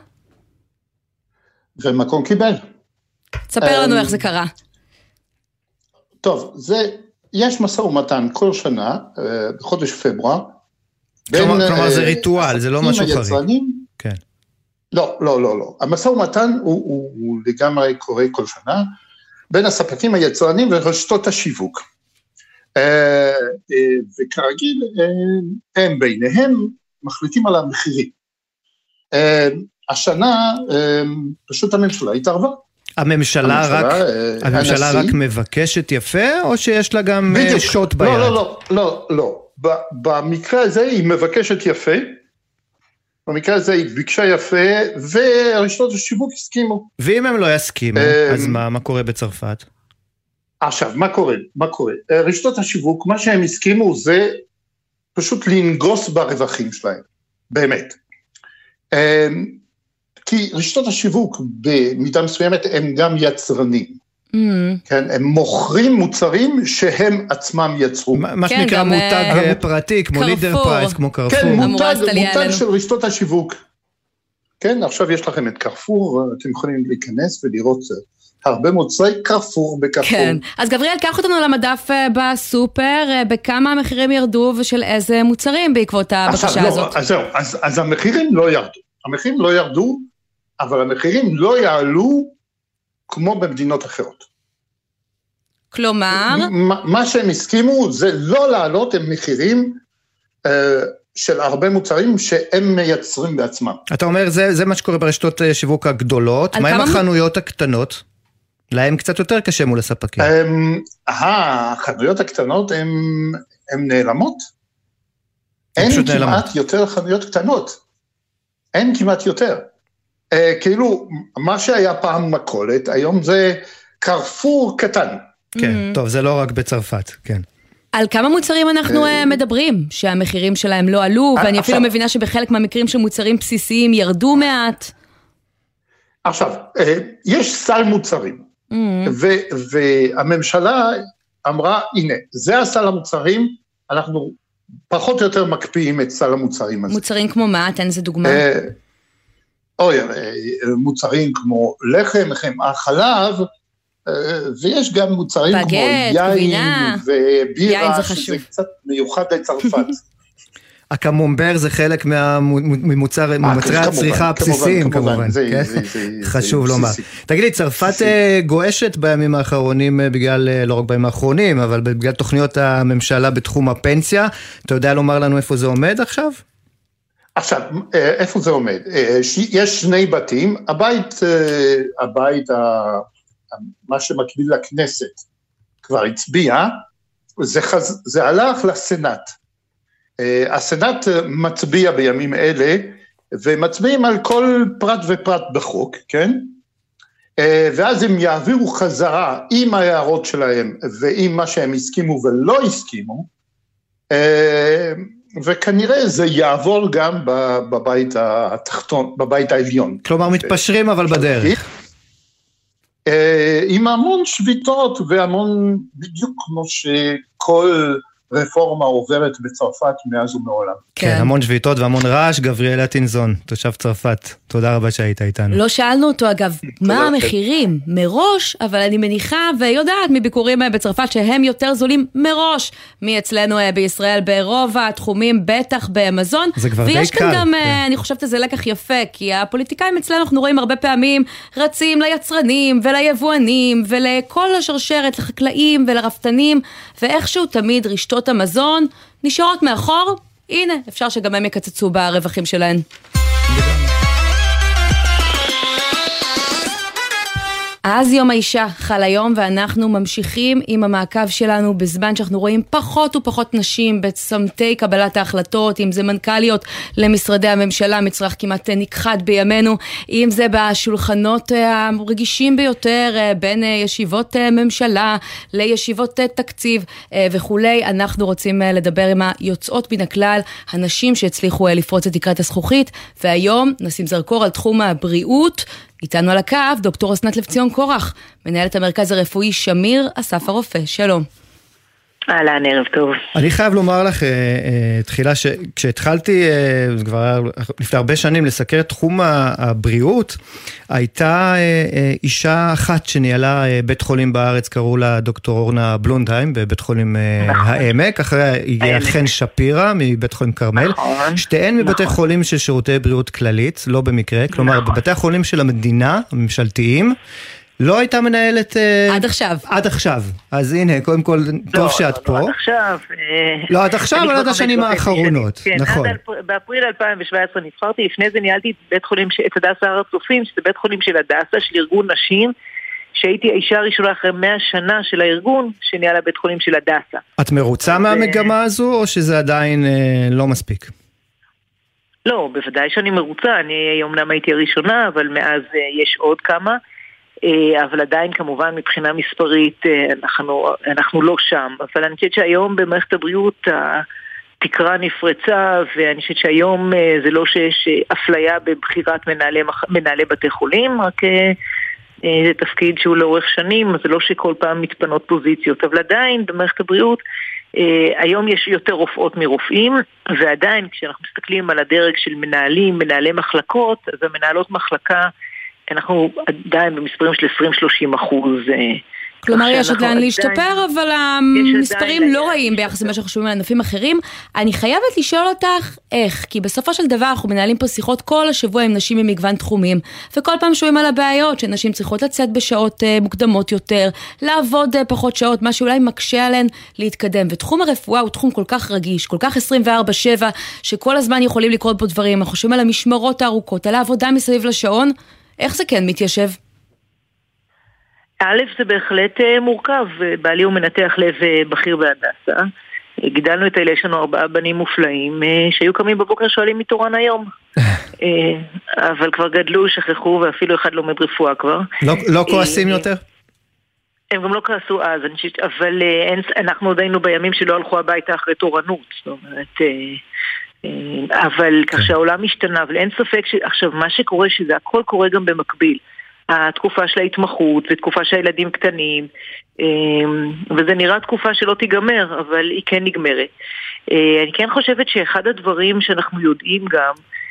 ומקום קיבל. תספר לנו איך זה קרה. טוב, זה, יש משא ומתן כל שנה, בחודש פברואר. כלומר זה ריטואל, זה לא משהו חריג. כן. לא, לא, לא, לא. המשא ומתן הוא לגמרי קורה כל שנה, בין הספקים היצרנים ורשתות השיווק. וכרגיל, הם ביניהם מחליטים על המחירים. השנה פשוט הממשלה התערבה. הממשלה רק, הממשלה רק מבקשת יפה, או שיש לה גם שוט ביד? לא, לא, לא, לא, לא. במקרה הזה היא מבקשת יפה, במקרה הזה היא ביקשה יפה, ורשתות השיווק הסכימו. ואם הם לא יסכימו, אז מה, מה קורה בצרפת? עכשיו, מה קורה? מה קורה? רשתות השיווק, מה שהם הסכימו זה פשוט לנגוס ברווחים שלהם, באמת. כי רשתות השיווק במידה מסוימת הם גם יצרנים. כן, הם מוכרים מוצרים שהם עצמם יצרו. מה שנקרא מותג פרטי, כמו לידר פרייס, כמו קרפור. כן, מותג של רשתות השיווק. כן, עכשיו יש לכם את קרפור, אתם יכולים להיכנס ולראות הרבה מוצרי קרפור בקרפור. כן, אז גבריאל, קח אותנו למדף בסופר, בכמה המחירים ירדו ושל איזה מוצרים בעקבות הבקשה הזאת. אז זהו, אז המחירים לא ירדו. המחירים לא ירדו, אבל המחירים לא יעלו כמו במדינות אחרות. כלומר? מה שהם הסכימו זה לא לעלות עם מחירים של הרבה מוצרים שהם מייצרים בעצמם. אתה אומר, זה, זה מה שקורה ברשתות שיווק הגדולות. מה עם החנויות הקטנות? להם קצת יותר קשה מול הספקים. החנויות הקטנות הן נעלמות. אין כמעט יותר חנויות קטנות. אין כמעט יותר. כאילו, מה שהיה פעם מכולת, היום זה קרפור קטן. כן, טוב, זה לא רק בצרפת, כן. על כמה מוצרים אנחנו מדברים, שהמחירים שלהם לא עלו, ואני אפילו מבינה שבחלק מהמקרים של מוצרים בסיסיים ירדו מעט. עכשיו, יש סל מוצרים, והממשלה אמרה, הנה, זה הסל המוצרים, אנחנו פחות או יותר מקפיאים את סל המוצרים הזה. מוצרים כמו מה? תן איזה דוגמה. אוי, מוצרים כמו לחם, חמאה, חלב, ויש גם מוצרים כמו יין ובירה, שזה קצת מיוחד לצרפת. הקמומבר זה חלק ממוצרי הצריכה הבסיסיים, כמובן. חשוב לומר. תגיד לי, צרפת גואשת בימים האחרונים, בגלל, לא רק בימים האחרונים, אבל בגלל תוכניות הממשלה בתחום הפנסיה. אתה יודע לומר לנו איפה זה עומד עכשיו? עכשיו, איפה זה עומד? יש שני בתים, הבית, הבית, מה שמקביל לכנסת, כבר הצביע, זה, חז... זה הלך לסנאט. הסנאט מצביע בימים אלה, ומצביעים על כל פרט ופרט בחוק, כן? ואז הם יעבירו חזרה עם ההערות שלהם, ועם מה שהם הסכימו ולא הסכימו, וכנראה זה יעבור גם בבית התחתון, בבית העליון. כלומר, מתפשרים אבל בדרך. עם המון שביתות והמון, בדיוק כמו שכל רפורמה עוברת בצרפת מאז ומעולם. כן, המון שביתות והמון רעש. גבריאל אטינזון, תושב צרפת, תודה רבה שהיית איתנו. לא שאלנו אותו אגב, מה המחירים מראש, אבל אני מניחה ויודעת מביקורים בצרפת שהם יותר זולים מראש מאצלנו בישראל ברוב התחומים, בטח באמזון. זה כבר די קל. ויש כאן גם, אני חושבת שזה לקח יפה, כי הפוליטיקאים אצלנו אנחנו רואים הרבה פעמים רצים ליצרנים וליבואנים ולכל השרשרת, לחקלאים ולרפתנים, ואיכשהו תמיד רשתות המזון נשארות מאחור. הנה, אפשר שגם הם יקצצו ברווחים שלהן. אז יום האישה חל היום, ואנחנו ממשיכים עם המעקב שלנו בזמן שאנחנו רואים פחות ופחות נשים בצמתי קבלת ההחלטות, אם זה מנכ"ליות למשרדי הממשלה, מצרך כמעט נכחד בימינו, אם זה בשולחנות הרגישים ביותר, בין ישיבות ממשלה לישיבות תקציב וכולי. אנחנו רוצים לדבר עם היוצאות מן הכלל, הנשים שהצליחו לפרוץ את תקרת הזכוכית, והיום נשים זרקור על תחום הבריאות. איתנו על הקו דוקטור אסנת לבציון קורח, מנהלת המרכז הרפואי שמיר אסף הרופא. שלום. אהלן, ערב טוב. אני חייב לומר לך, תחילה, כשהתחלתי, כבר לפני הרבה שנים, לסקר את תחום הבריאות, הייתה אישה אחת שניהלה בית חולים בארץ, קראו לה דוקטור אורנה בלונדהיים, בבית חולים העמק, אחריה הגיעה חן שפירה, מבית חולים קרמל, שתיהן מבתי חולים של שירותי בריאות כללית, לא במקרה, כלומר, בבתי החולים של המדינה, הממשלתיים, לא הייתה מנהלת... עד עכשיו. עד עכשיו. אז הנה, קודם כל, טוב שאת פה. לא, עד עכשיו. לא, עד עכשיו, אבל עד השנים האחרונות. נכון. באפריל אלפיים שבע עשרה נבחרתי, לפני זה ניהלתי בית חולים, את הדסה הר הצופים, שזה בית חולים של הדסה, של ארגון נשים, שהייתי האישה הראשונה אחרי מאה שנה של הארגון, שניהלה בית חולים של הדסה. את מרוצה מהמגמה הזו, או שזה עדיין לא מספיק? לא, בוודאי שאני מרוצה, אני אומנם הייתי הראשונה, אבל מאז יש עוד כמה, אבל עדיין כמובן מבחינה מספרית אנחנו, אנחנו לא שם, אבל אני חושבת שהיום במערכת הבריאות התקרה נפרצה, ואני חושבת שהיום זה לא שיש אפליה בבחירת מנהלי, מנהלי בתי חולים, רק זה תפקיד שהוא לאורך שנים, אז זה לא שכל פעם מתפנות פוזיציות, אבל עדיין במערכת הבריאות היום יש יותר רופאות מרופאים, ועדיין כשאנחנו מסתכלים על הדרג של מנהלים, מנהלי מחלקות, אז המנהלות מחלקה, אנחנו עדיין במספרים של עשרים שלושים אחוז. כלומר, יש עדיין להשתפר, אבל המספרים לא רעים ביחס למה שאנחנו שומעים על ענפים אחרים. אני חייבת לשאול אותך איך, כי בסופו של דבר אנחנו מנהלים פה שיחות כל השבוע עם נשים ממגוון תחומים, וכל פעם שומעים על הבעיות שנשים צריכות לצאת בשעות מוקדמות יותר, לעבוד פחות שעות, מה שאולי מקשה עליהן להתקדם. ותחום הרפואה הוא תחום כל כך רגיש, כל כך עשרים וארבע שבע, שכל הזמן יכולים לקרות בו דברים. אנחנו שומעים על המשמרות הארוכות, על העבודה מסביב לשעון. איך זה כן מתיישב? א', זה בהחלט מורכב, בעלי הוא מנתח לב בכיר בהדסה, גידלנו את האלה, יש לנו ארבעה בנים מופלאים, שהיו קמים בבוקר שואלים מתורן היום, אבל כבר גדלו, שכחו, ואפילו אחד לומד רפואה כבר. לא, לא כועסים יותר? הם גם לא כעסו אז, אבל אנחנו עוד היינו בימים שלא הלכו הביתה אחרי תורנות, זאת אומרת, אבל כך שהעולם השתנה, אבל אין ספק שעכשיו מה שקורה, שזה הכל קורה גם במקביל. התקופה של ההתמחות, ותקופה שהילדים קטנים, וזה נראה תקופה שלא תיגמר, אבל היא כן נגמרת. אני כן חושבת שאחד הדברים שאנחנו יודעים גם,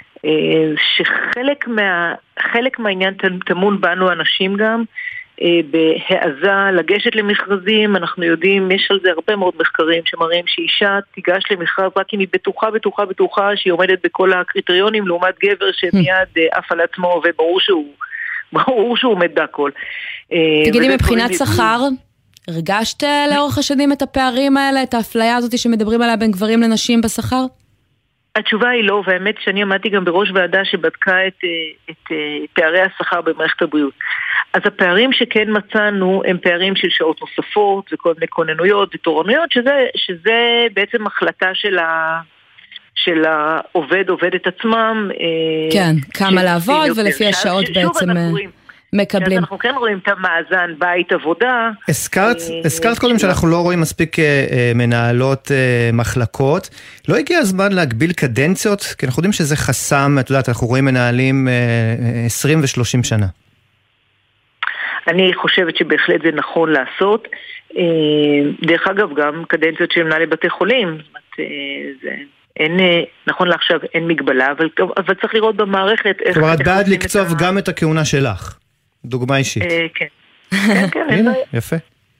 שחלק מה, חלק מהעניין תמון בנו אנשים גם, בהעזה לגשת למכרזים, אנחנו יודעים, יש על זה הרבה מאוד מחקרים שמראים שאישה תיגש למכרז רק אם היא בטוחה, בטוחה, בטוחה, שהיא עומדת בכל הקריטריונים, לעומת גבר שמיד אף על עצמו, וברור שהוא ברור שהוא עומד בהכל. תגידי, מבחינת שכר, הרגשת לאורך השנים את הפערים האלה, את האפליה הזאת שמדברים עליה בין גברים לנשים בשכר? התשובה היא לא, והאמת שאני עמדתי גם בראש ועדה שבדקה את, את, את פערי השכר במערכת הבריאות. אז הפערים שכן מצאנו הם פערים של שעות נוספות וכל מיני כוננויות ותורנויות, שזה, שזה בעצם החלטה של ה... של העובד, עובד את עצמם. כן, כמה לעבוד ולפי השעות בעצם מקבלים. אנחנו כן רואים את המאזן בית עבודה. הזכרת קודם שאנחנו לא רואים מספיק מנהלות מחלקות. לא הגיע הזמן להגביל קדנציות? כי אנחנו יודעים שזה חסם, את יודעת, אנחנו רואים מנהלים עשרים ושלושים שנה. אני חושבת שבהחלט זה נכון לעשות. דרך אגב, גם קדנציות של מנהלי בתי חולים. זאת אומרת, זה... אין, נכון לעכשיו אין מגבלה, אבל, אבל צריך לראות במערכת איך... כלומר, את בעד לקצוב גם את הכהונה שלך, דוגמה אישית. כן, כן, כן. הנה, יפה.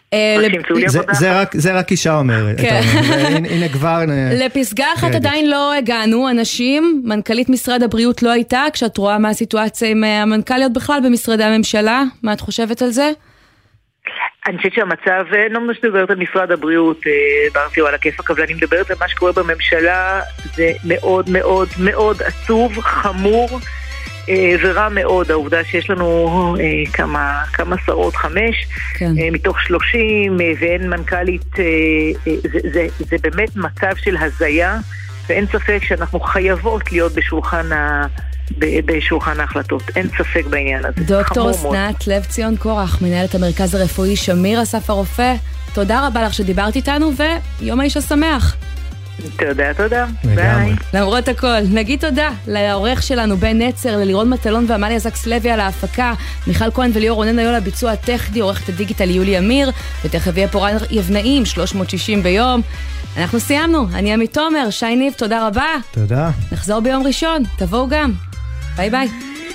זה רק אישה אומרת. הנה כבר... לפסגה אחת עדיין לא הגענו, אנשים, מנכ"לית משרד הבריאות לא הייתה, כשאת רואה מה הסיטואציה עם המנכ"ליות בכלל במשרדי הממשלה, מה את חושבת על זה? אני חושבת שהמצב, לא מדברת על משרד הבריאות, ברתי או על הכיפק, אבל אני מדברת על מה שקורה בממשלה, זה מאוד מאוד מאוד עצוב, חמור ורע מאוד. העובדה שיש לנו כמה, כמה שרות, חמש, כן. מתוך שלושים, ואין מנכ"לית, זה, זה, זה באמת מצב של הזיה, ואין ספק שאנחנו חייבות להיות בשולחן ה... בשולחן ההחלטות, אין ספק בעניין הזה. דוקטור אסנת לב ציון קורח, מנהלת המרכז הרפואי שמיר אסף הרופא, תודה רבה לך שדיברת איתנו, ויום האיש השמח. תודה, תודה. ביי. למרות הכל, נגיד תודה לעורך שלנו בן נצר, ללירון מטלון ועמליה זקס לוי על ההפקה, מיכל כהן וליאור רונן היו לביצוע הטכני, עורכת הדיגיטל יולי אמיר, ותכף יהיה פה יבנאים, שלוש מאות שישים ביום. אנחנו סיימנו, אני עמית תומר, שי ניב, תודה רבה. תודה. נחזור ביום ראשון, תבואו גם. ביי ביי.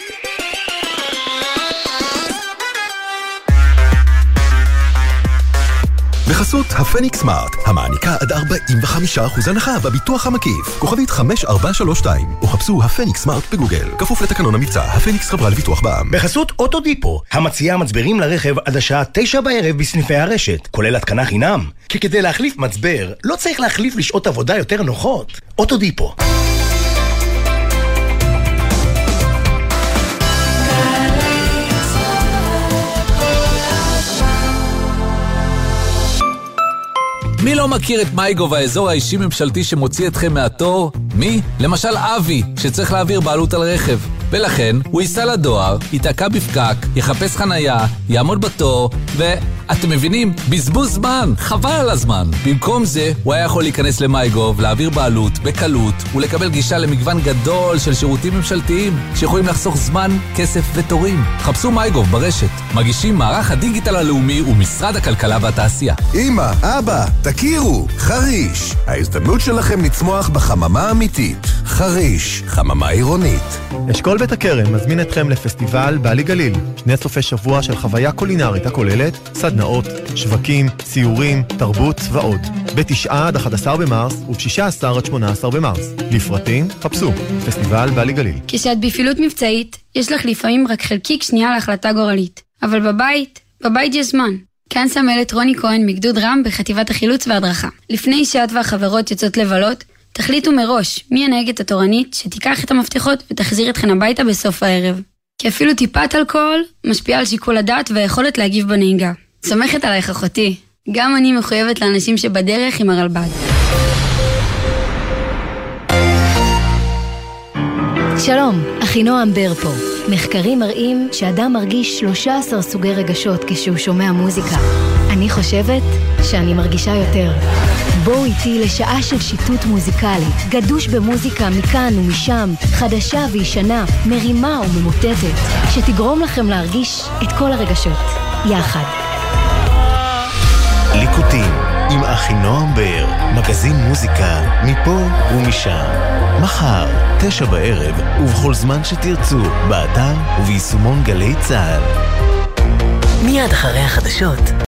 בחסות הפניקס סמארט, המעניקה עד ארבעים וחמישה אחוז הנחה בביטוח המקיף. כוכבית חמש ארבע שלוש שתיים, או חפשו הפניקס סמארט בגוגל. כפוף לתקנון המבצע, הפניקס חברה לביטוח בע"מ. בחסות אוטודיפו, המציעה מצברים לרכב עד השעה תשע בערב בסניפי הרשת, כולל התקנה חינם. כי כדי להחליף מצבר, לא צריך להחליף לשעות עבודה יותר נוחות. אוטודיפו. מי לא מכיר את מייגוב, האזור האישי ממשלתי שמוציא אתכם מהתור? מי? למשל אבי, שצריך להעביר בעלות על רכב. ולכן הוא ייסע לדואר, ייתקע בפקק, יחפש חנייה, יעמוד בתור, ואתם מבינים? בזבוז זמן, חבל על הזמן. במקום זה, הוא היה יכול להיכנס למייגוב, להעביר בעלות, בקלות, ולקבל גישה למגוון גדול של שירותים ממשלתיים, שיכולים לחסוך זמן, כסף ותורים. חפשו מייגוב ברשת. מגישים מערך הדיגיטל הלאומי ומשרד הכלכלה והתעשייה. אמא, אבא, תכירו, חריש. ההזדמנות שלכם לצמוח בחממה אמיתית. חריש, חממה עירונית. אשכול בית הכרם מזמין אתכם לפסטיבל בעלי גליל. שני סופי שבוע של חוויה קולינרית הכוללת סדנאות, שווקים, ציורים, תרבות ועוד. בתשעה עד אחד עשר במרס ובשישה עשר עד שמונה עשר במרס. לפרטים, חפשו. פסטיבל בעלי גליל. כשאת בפעילות מבצעית, יש לך לפעמים רק חלקיק שנייה להחלטה גורלית. אבל בבית, בבית יש זמן. כאן סמלת רוני כהן מגדוד רם בחטיבת החילוץ והדרכה. לפני שאת והחברות יוצאות לבלות, תחליטו מראש מי הנהגת התורנית שתיקח את המפתחות ותחזיר אתכן הביתה בסוף הערב. כי אפילו טיפת אלכוהול משפיעה על שיקול הדעת והיכולת להגיב בנהיגה. סומכת עלייך אחותי. גם אני מחויבת לאנשים שבדרך עם הרלב"ד. שלום, אחינועם בר פה. מחקרים מראים שאדם מרגיש שלושה עשר סוגי רגשות כשהוא שומע מוזיקה. אני חושבת שאני מרגישה יותר. בואו איתי לשעה של שיטוט מוזיקלי, גדוש במוזיקה מכאן ומשם, חדשה וישנה, מרימה וממוטטת, שתגרום לכם להרגיש את כל הרגשות, יחד. ליקוטים עם אחינועם בר, מגזין מוזיקה מפה ומשם. מחר, תשע בערב, ובכל זמן שתרצו, באתר וביישומון גלי צהל. מיד אחרי החדשות.